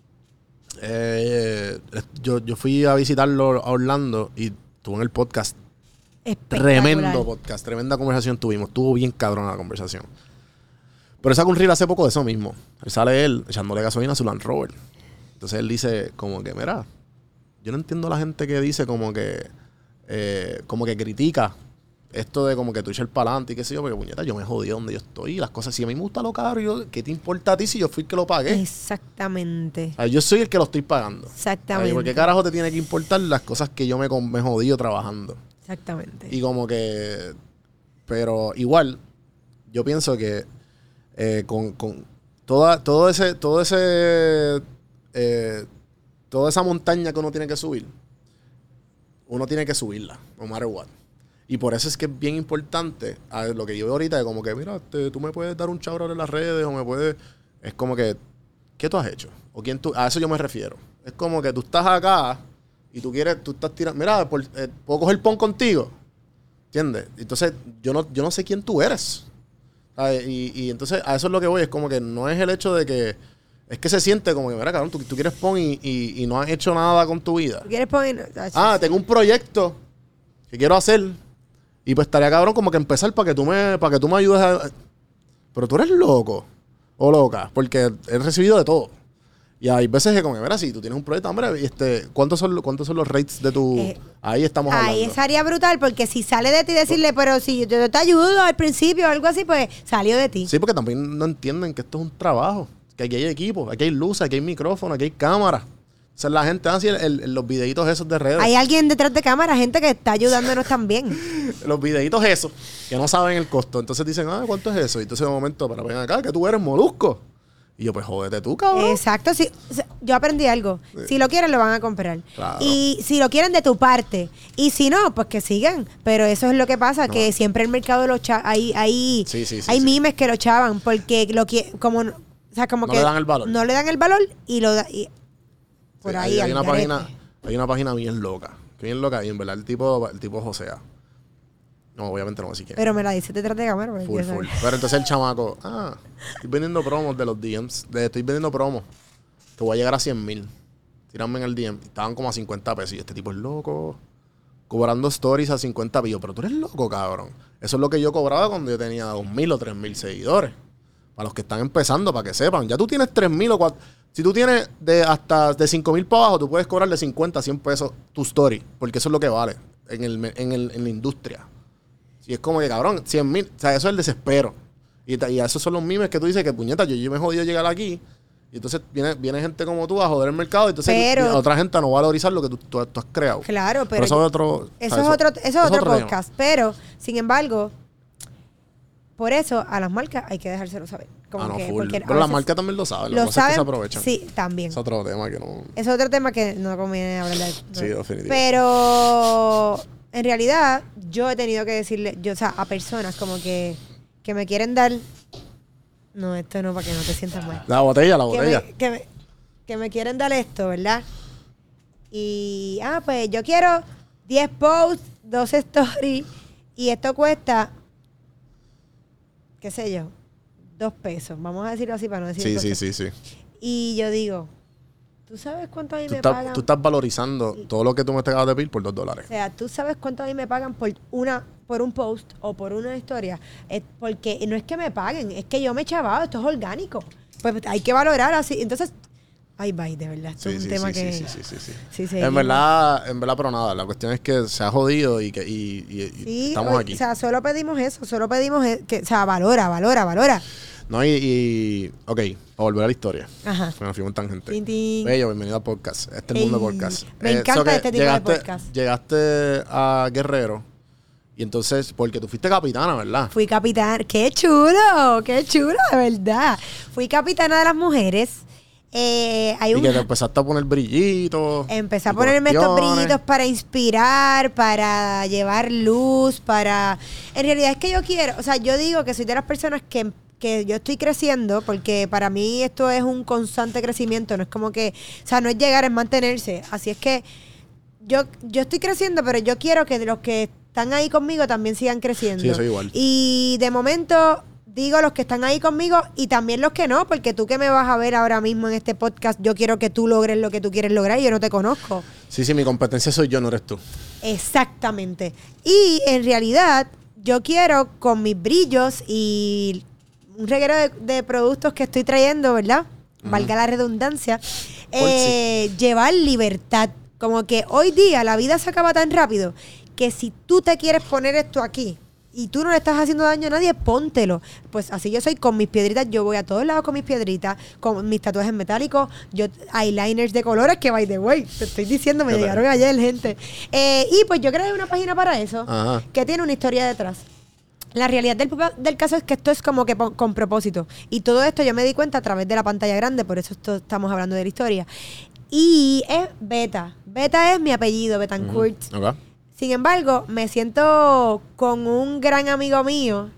Eh, yo, yo fui a visitarlo a Orlando y tuvo en el podcast. Espectacular. Tremendo podcast, tremenda conversación tuvimos. Estuvo bien cabrona la conversación. Pero sacó un reel hace poco de eso mismo. Él sale él echándole gasolina a su Land Rover. Entonces él dice como que, mira, yo no entiendo a la gente que dice como que, eh, como que critica esto de como que tú echas para adelante y qué sé yo, porque puñeta, yo me jodí donde yo estoy y las cosas. Si a mí me gusta lo caro, yo, ¿qué te importa a ti si yo fui el que lo pagué? Exactamente. O sea, yo soy el que lo estoy pagando. Exactamente. Ay, ¿por qué carajo te tiene que importar las cosas que yo me, con- me he jodido trabajando? Exactamente. Y como que... Pero igual, yo pienso que eh, con, con toda, todo ese... Todo ese eh, toda esa montaña que uno tiene que subir, uno tiene que subirla, no matter what. Y por eso es que es bien importante, a ver, lo que yo veo ahorita, es como que, mira, te, tú me puedes dar un chabro en las redes, o me puedes... Es como que, ¿qué tú has hecho? O quién tú... A eso yo me refiero. Es como que tú estás acá y tú quieres, tú estás tirando... Mira, por, eh, ¿puedo coger pon contigo? ¿Entiendes? Entonces, yo no, yo no sé quién tú eres. ¿Sabes? Y, y entonces, a eso es lo que voy. Es como que no es el hecho de que... Es que se siente como que, mira, cabrón, tú, tú quieres pon y, y, y no has hecho nada con tu vida. ¿Tú quieres poner? Ah, tengo un proyecto que quiero hacer. Y pues estaría cabrón como que empezar para que tú me, para que tú me ayudes a... Pero tú eres loco o loca, porque he recibido de todo. Y hay veces que como que, mira, si tú tienes un proyecto, hombre, este, ¿cuántos son, cuántos son los rates de tu...? Eh, ahí estamos hablando. Ahí estaría brutal, porque si sale de ti decirle, pero si yo te ayudo al principio o algo así, pues salió de ti. Sí, porque también no entienden que esto es un trabajo, que aquí hay equipo, aquí hay luces, aquí hay micrófono, aquí hay cámara. O sea, la gente hace el, el, los videitos esos de redes. Hay alguien detrás de cámara, gente que está ayudándonos también. Los videitos esos, que no saben el costo. Entonces dicen, ah, ¿cuánto es eso? Y entonces de momento, pero ven acá, que tú eres Molusco. Y yo, pues, jódete tú, cabrón. Exacto. Sí, yo aprendí algo. Sí. Si lo quieren, lo van a comprar. Claro. Y si lo quieren de tu parte. Y si no, pues que sigan. Pero eso es lo que pasa, no. que siempre el mercado lo cha hay, hay, sí, sí, sí, hay sí. mimes que lo chavan. Porque lo que, como, o sea, como no que le dan el valor. No le dan el valor y lo da, y por sí, ahí. Hay, hay una página, hay una página bien loca. Bien loca. Y en verdad, el tipo, el tipo Josea. No, obviamente no, así que. Pero me la dice detrás de cámara. Full, full. Pero entonces el chamaco, ah, estoy vendiendo promos de los D Ms. De, estoy vendiendo promos. Te voy a llegar a cien mil. Tírame en el D M. Estaban como a cincuenta pesos. Y este tipo es loco. Cobrando stories a cincuenta pesos. Pero tú eres loco, cabrón. Eso es lo que yo cobraba cuando yo tenía dos mil o tres mil seguidores. Para los que están empezando, para que sepan. Ya tú tienes tres mil o cuatro. Si tú tienes de hasta de cinco mil para abajo, tú puedes cobrar de cincuenta a cien pesos tu story. Porque eso es lo que vale en, el, en, el, en la industria. Y es como que, cabrón, cien mil, o sea, eso es el desespero. Y, y esos son los memes que tú dices que, puñeta, yo, yo me he jodido llegar aquí. Y entonces viene, viene gente como tú a joder el mercado. Y entonces pero, otra gente no va a valorizar lo que tú, tú, tú has creado. Claro, pero, pero eso es otro... Eso, es otro, eso es otro, otro podcast. Tema. Pero, sin embargo, por eso a las marcas hay que dejárselo saber. Como ah, no, que, full. Pero las marcas también lo saben. Lo saben, es que se aprovechan. Sí, también. Es otro tema que no... Es otro tema que no conviene hablar de... Sí, definitivamente. Pero... En realidad, yo he tenido que decirle, yo, o sea, a personas como que, que me quieren dar... No, esto no, para que no te sientas mal. La botella, la que botella. Me, que, me, que me quieren dar esto, ¿verdad? Y, ah, pues yo quiero diez posts, doce stories, y esto cuesta, qué sé yo, dos pesos. Vamos a decirlo así para no decir... Sí, sí, sí, sí. Y yo digo... ¿Tú sabes cuánto a mí tú me estás, pagan? Tú estás valorizando sí. todo lo que tú me acabas de pedir por dos dólares. O sea, ¿tú sabes cuánto a mí me pagan por una por un post o por una historia? Es porque no es que me paguen, es que yo me he chavado, esto es orgánico. Pues hay que valorar así. Entonces, ay, bye, de verdad. Esto sí, es un sí, tema sí, que... Sí, sí, sí, sí. sí, sí en, verdad, en verdad, pero nada. La cuestión es que se ha jodido y que y, y, sí, y estamos aquí. O sea, solo pedimos eso, solo pedimos que, o sea, valora, valora, valora. No, y, y ok, para volver a la historia. Ajá. Bueno, fuimos tangente. Tin, tin. Bello, bienvenido al podcast. Este es el mundo de podcast. Me eh, encanta so este tipo llegaste, de podcast. Llegaste a Guerrero y entonces, porque tú fuiste capitana, ¿verdad? Fui capitana. ¡Qué chulo! ¡Qué chulo, de verdad! Fui capitana de las mujeres. Eh, hay y un... que te empezaste a poner brillitos. Empecé a ponerme estos brillitos para inspirar, para llevar luz, para... En realidad es que yo quiero, o sea, yo digo que soy de las personas que, que yo estoy creciendo, porque para mí esto es un constante crecimiento, no es como que, o sea, no es llegar, es mantenerse. Así es que yo, yo estoy creciendo, pero yo quiero que los que están ahí conmigo también sigan creciendo. Sí, eso igual. Y de momento... Digo los que están ahí conmigo y también los que no, porque tú que me vas a ver ahora mismo en este podcast, yo quiero que tú logres lo que tú quieres lograr y yo no te conozco. Sí, sí, mi competencia soy yo, no eres tú. Exactamente. Y en realidad, yo quiero con mis brillos y un reguero de, de productos que estoy trayendo, ¿verdad? Uh-huh. Valga la redundancia, eh, sí. llevar libertad. Como que hoy día la vida se acaba tan rápido que si tú te quieres poner esto aquí, y tú no le estás haciendo daño a nadie, póntelo. Pues así yo soy con mis piedritas. Yo voy a todos lados con mis piedritas, con mis tatuajes metálicos, yo eyeliners de colores, que by the way, te estoy diciendo, me ¿Qué llegaron tal? Ayer, gente. Eh, y pues yo creé una página para eso, Ajá. que tiene una historia detrás. La realidad del, del caso es que esto es como que con propósito. Y todo esto yo me di cuenta a través de la pantalla grande, por eso esto, estamos hablando de la historia. Y es Beta. Beta es mi apellido, Betancourt. Uh -huh. Okay. Sin embargo, me siento con un gran amigo mío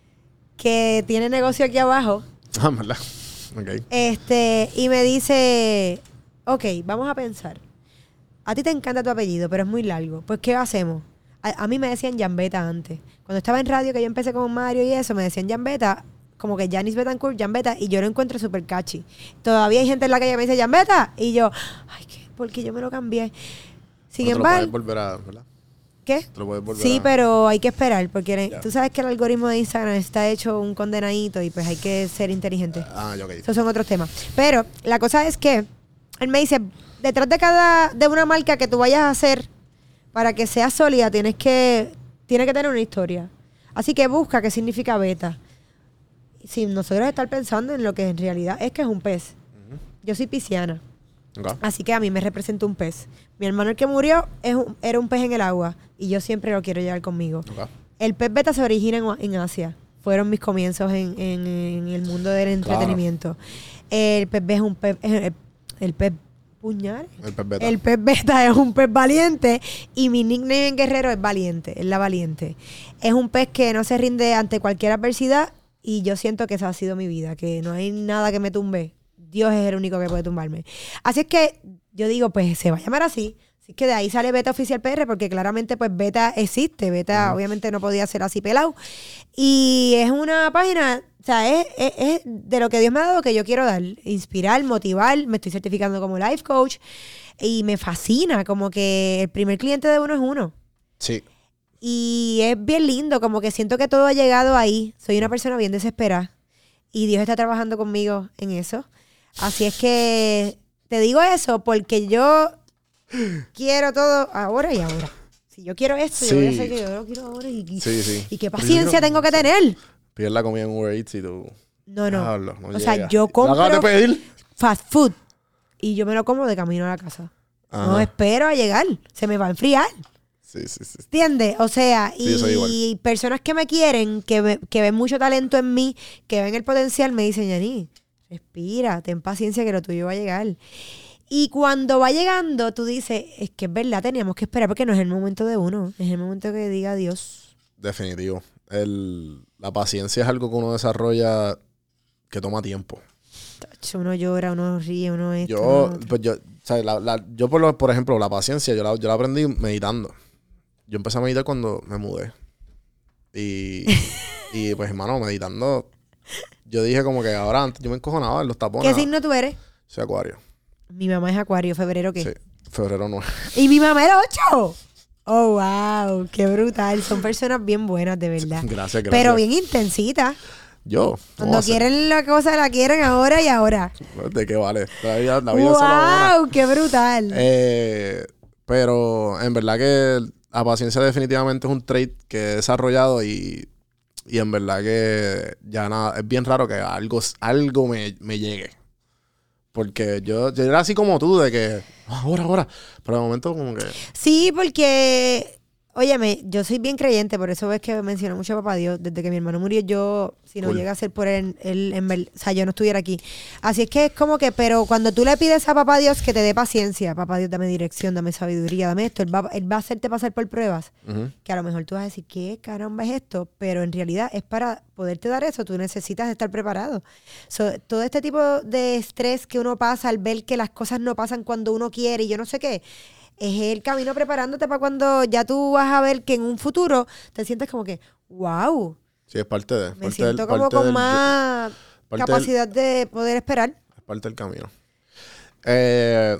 que tiene negocio aquí abajo. Ah, ¿verdad? Okay. Este, y me dice, ok, vamos a pensar. A ti te encanta tu apellido, pero es muy largo. Pues, ¿qué hacemos? A, a mí me decían Jambeta antes. Cuando estaba en radio, que yo empecé con Mario y eso, me decían Jambeta, como que Janice Betancourt, Jambeta, y yo lo encuentro súper catchy. Todavía hay gente en la calle que me dice Jambeta, y yo, ay, ¿qué? Porque yo me lo cambié. Sin pero embargo... te lo puedes volver a, ¿verdad? ¿Qué? Te lo puedes volver sí, a... pero hay que esperar, porque yeah. tú sabes que el algoritmo de Instagram está hecho un condenadito y pues hay que ser inteligente. Ah, ok. Esos son otros temas. Pero la cosa es que él me dice, detrás de cada, de una marca que tú vayas a hacer, para que sea sólida, tienes que, tiene que tener una historia. Así que busca qué significa beta. Sin nosotros estar pensando en lo que en realidad es que es un pez. Uh-huh. Yo soy pisciana. Okay. Así que a mí me representa un pez. Mi hermano, el que murió, es un, era un pez en el agua. Y yo siempre lo quiero llevar conmigo. Okay. El pez beta se origina en, en Asia. Fueron mis comienzos en, en, en el mundo del entretenimiento. Claro. El pez beta es un pez... El, el pez puñal. El pez beta. El pez beta es un pez valiente. Y mi nickname en Guerrero es Valiente. Es la valiente. Es un pez que no se rinde ante cualquier adversidad. Y yo siento que esa ha sido mi vida. Que no hay nada que me tumbe. Dios es el único que puede tumbarme. Así es que yo digo, pues se va a llamar así. Así que de ahí sale Beta Oficial P R, porque claramente pues Beta existe. Beta uh-huh. obviamente no podía ser así pelado. Y es una página, o sea, es, es, es de lo que Dios me ha dado que yo quiero dar. Inspirar, motivar. Me estoy certificando como life coach. Y me fascina, como que el primer cliente de uno es uno. Sí. Y es bien lindo, como que siento que todo ha llegado ahí. Soy una persona bien desesperada. Y Dios está trabajando conmigo en eso. Así es que te digo eso porque yo quiero todo ahora y ahora. Si yo quiero esto, sí. yo voy a hacer que yo lo quiero ahora. Y, sí, sí. y qué paciencia tengo que tener. Pides la comida en Uber Eats y tú... No, no. Hablo, no o llega. sea, yo compro ¿Acabas de pedir? fast food y yo me lo como de camino a la casa. Ajá. No espero a llegar. Se me va a enfriar. Sí, sí, sí. ¿Entiendes? O sea, sí, y personas que me quieren, que, me, que ven mucho talento en mí, que ven el potencial, me dicen, Yani, respira, ten paciencia que lo tuyo va a llegar. Y cuando va llegando, tú dices, es que es verdad, teníamos que esperar porque no es el momento de uno, es el momento que diga adiós. Definitivo. El, la paciencia es algo que uno desarrolla que toma tiempo. Uno llora, uno ríe, uno esto, Yo, uno pues yo, o sea, la, la, yo por, lo, por ejemplo, la paciencia, yo la, yo la aprendí meditando. Yo empecé a meditar cuando me mudé. Y, y pues, hermano, meditando, yo dije como que ahora antes yo me encojonaba en los tapones. ¿Qué signo tú eres? Soy Acuario. Mi mamá es Acuario, ¿febrero qué? Sí, febrero nueve. ¿Y mi mamá es ocho? Oh, wow, qué brutal. Son personas bien buenas, de verdad. Gracias, gracias. Pero bien intensitas. Yo. Cuando quieren la cosa, la quieren ahora y ahora. ¿De qué vale? La vida, la vida wow, es solo una. Qué brutal. Eh, pero en verdad que la paciencia definitivamente es un trait que he desarrollado y, y en verdad que ya nada, es bien raro que algo, algo me, me llegue. Porque yo, yo era así como tú, de que ahora, ahora. Pero de momento como que... Sí, porque... Óyeme, yo soy bien creyente, por eso ves que menciono mucho a Papá Dios. Desde que mi hermano murió, yo, si no cool. llega a ser por él, él en ver, o sea, yo no estuviera aquí. Así es que es como que, pero cuando tú le pides a Papá Dios que te dé paciencia, Papá Dios, dame dirección, dame sabiduría, dame esto, él va, él va a hacerte pasar por pruebas, uh-huh. que a lo mejor tú vas a decir, ¿qué caramba es esto? Pero en realidad es para poderte dar eso, tú necesitas estar preparado. So, todo este tipo de estrés que uno pasa al ver que las cosas no pasan cuando uno quiere y yo no sé qué, es el camino preparándote para cuando ya tú vas a ver que en un futuro te sientes como que, wow. Sí, es parte de... Me parte siento del, como parte con del, más capacidad del, de poder esperar. Es parte del camino. Eh,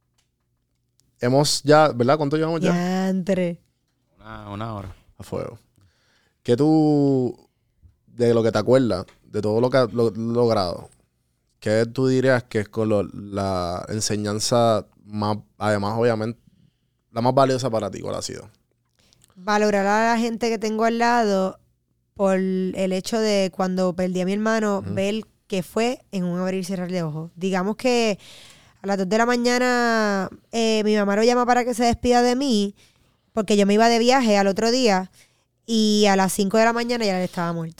hemos ya, ¿verdad? ¿Cuánto llevamos ya? Ya, entre. Una, una hora. A fuego. ¿Qué tú, de lo que te acuerdas, de todo lo que has lo, logrado, qué tú dirías que es con lo, la enseñanza más, además, obviamente, la más valiosa para ti? ¿Cuál ha sido? Valorar a la gente que tengo al lado por el hecho de cuando perdí a mi hermano, uh-huh. ver que fue en un abrir y cerrar de ojos. Digamos que a las dos de la mañana eh, mi mamá lo llama para que se despida de mí porque yo me iba de viaje al otro día y a las cinco de la mañana ya él estaba muerto.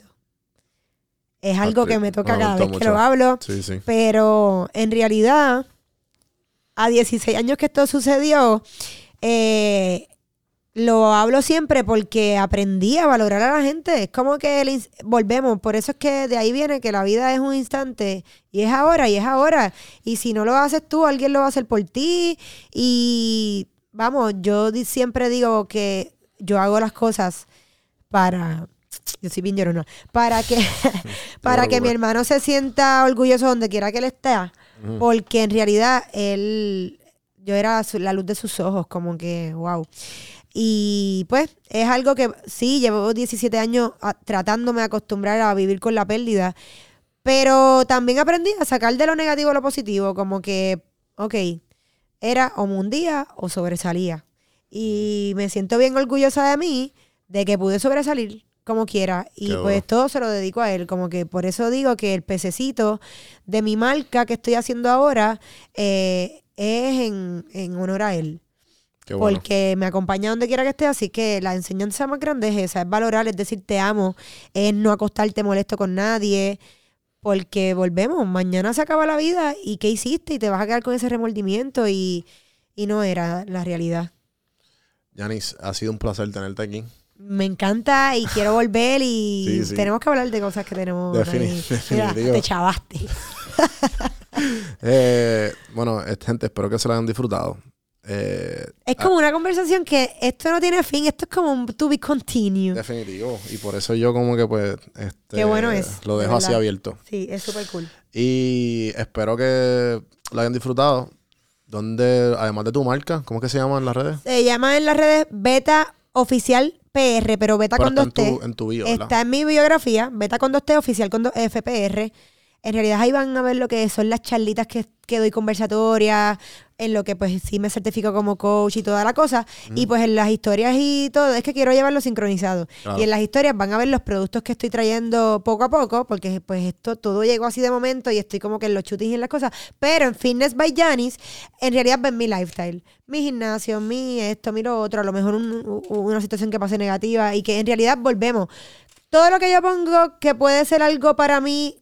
Es algo que me toca cada vez que lo hablo, sí, sí. pero en realidad... a dieciséis años que esto sucedió, eh, lo hablo siempre porque aprendí a valorar a la gente. Es como que el ins- volvemos. Por eso es que de ahí viene que la vida es un instante. Y es ahora, y es ahora. Y si no lo haces tú, alguien lo va a hacer por ti. Y vamos, yo di- siempre digo que yo hago las cosas para... Yo soy bien llorona. Para que, para que mi hermano se sienta orgulloso donde quiera que él esté. Ujú. Porque en realidad él... Yo era su- la luz de sus ojos, como que, wow. Y pues es algo que sí, llevo diecisiete años a- tratándome de acostumbrar a vivir con la pérdida, pero también aprendí a sacar de lo negativo lo positivo, como que, ok, era o un día o sobresalía. Y me siento bien orgullosa de mí, de que pude sobresalir como quiera. Y Qué pues duro. todo se lo dedico a él, como que por eso digo que el pececito de mi marca que estoy haciendo ahora eh, es en, en honor a él. Qué bueno. Porque me acompaña donde quiera que esté, así que la enseñanza más grande es esa, es valorar, es decir, te amo, es no acostarte molesto con nadie, porque volvemos, mañana se acaba la vida y ¿qué hiciste? Y te vas a quedar con ese remordimiento y, y no era la realidad. Yanis, ha sido un placer tenerte aquí. Me encanta y quiero volver y Sí, sí. tenemos que hablar de cosas que tenemos Defini- ahí. Mira, definitivo. te chavaste. Eh, bueno, eh, gente, espero que se la hayan disfrutado. Eh, Es como una conversación que esto no tiene fin, esto es como un to be continued. Definitivo. Y por eso yo como que pues este, Qué bueno es, lo de dejo así verdad. abierto. Sí, es súper cool. Y espero que lo hayan disfrutado. Donde, además de tu marca, ¿cómo es que se llaman las redes? Se llama en las redes Beta Oficial P R, pero Beta Pero con está dos en T. tu, en tu bio, ¿verdad? Está en mi biografía, Beta con dos T, Oficial con dos F P R. En realidad ahí van a ver lo que son las charlitas que, que doy conversatorias, en lo que pues sí me certifico como coach y toda la cosa. Y pues en las historias y todo, es que quiero llevarlo sincronizado. Claro. Y en las historias van a ver los productos que estoy trayendo poco a poco, porque pues esto todo llegó así de momento y estoy como que en los shootings y en las cosas. Pero en Fitness by Yanis, en realidad ven mi lifestyle, mi gimnasio, mi esto, mi lo otro, a lo mejor un- una situación que pase negativa y que en realidad volvemos. Todo lo que yo pongo que puede ser algo para mí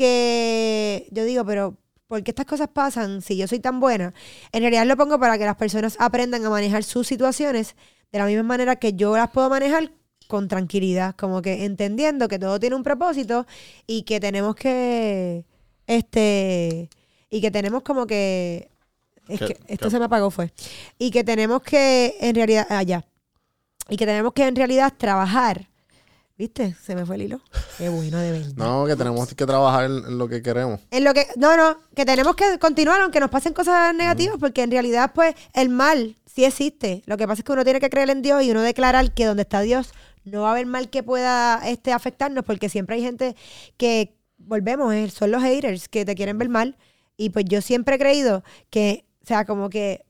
que yo digo, pero ¿por qué estas cosas pasan si yo soy tan buena? En realidad lo pongo para que las personas aprendan a manejar sus situaciones de la misma manera que yo las puedo manejar con tranquilidad, como que entendiendo que todo tiene un propósito y que tenemos que, este, y que tenemos como que, es Que- que esto que- se me apagó fue, y que tenemos que en realidad, allá, y que tenemos que en realidad trabajar. ¿Viste? Se me fue el hilo. Qué bueno, de verdad. No, que tenemos que trabajar en, en lo que queremos. En lo que, no, no, que tenemos que continuar aunque nos pasen cosas negativas, porque en realidad, pues, el mal sí existe. Lo que pasa es que uno tiene que creer en Dios y uno declarar que donde está Dios no va a haber mal que pueda este, afectarnos, porque siempre hay gente que, volvemos, eh, son los haters que te quieren ver mal. Y pues yo siempre he creído que, o sea, como que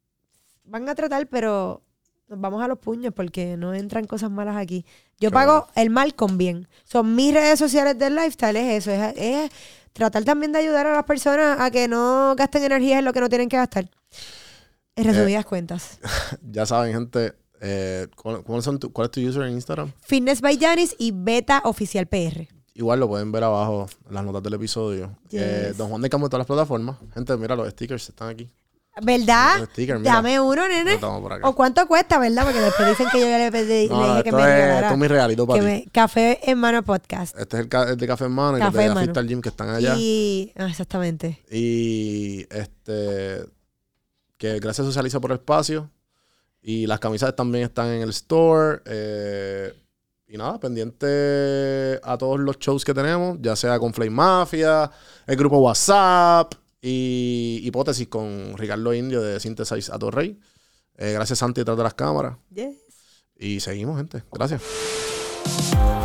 van a tratar, pero nos vamos a los puños porque no entran cosas malas aquí. Yo Qué pago bueno. el mal con bien. Son mis redes sociales del lifestyle, es eso, es, es tratar también de ayudar a las personas a que no gasten energía en lo que no tienen que gastar. En resumidas cuentas. Ya saben, gente, eh, ¿cuál, cuál son tu- ¿cuál es tu user en Instagram? Fitness by Yanis y Beta Oficial P R. Igual lo pueden ver abajo en las notas del episodio. Yes. Eh, Don Juan de Campo en todas las plataformas. Gente, mira, los stickers están aquí. ¿Verdad? El sticker, mira. Dame uno, nene. Lo tengo por acá. ¿O cuánto cuesta, verdad? Porque después dicen que yo ya le pedí No, le dije no, que esto, me es, regalara. esto es mi regalito para que ti. me- Café en Mano Podcast. Este es el, ca- el de Café en Mano y Café los en de Mano. Fit al Gym que están allá. Y, Y... ah, exactamente. este que gracias a Socializa por el espacio. Y las camisas también están en el store. Eh, y nada, pendiente a todos los shows que tenemos, ya sea con Flame Mafia, el grupo WhatsApp y Hipótesis con Ricardo Indio de Synthesize a Torrey. Eh, gracias, Santi, detrás de las cámaras. Yes. Y seguimos, gente. Gracias.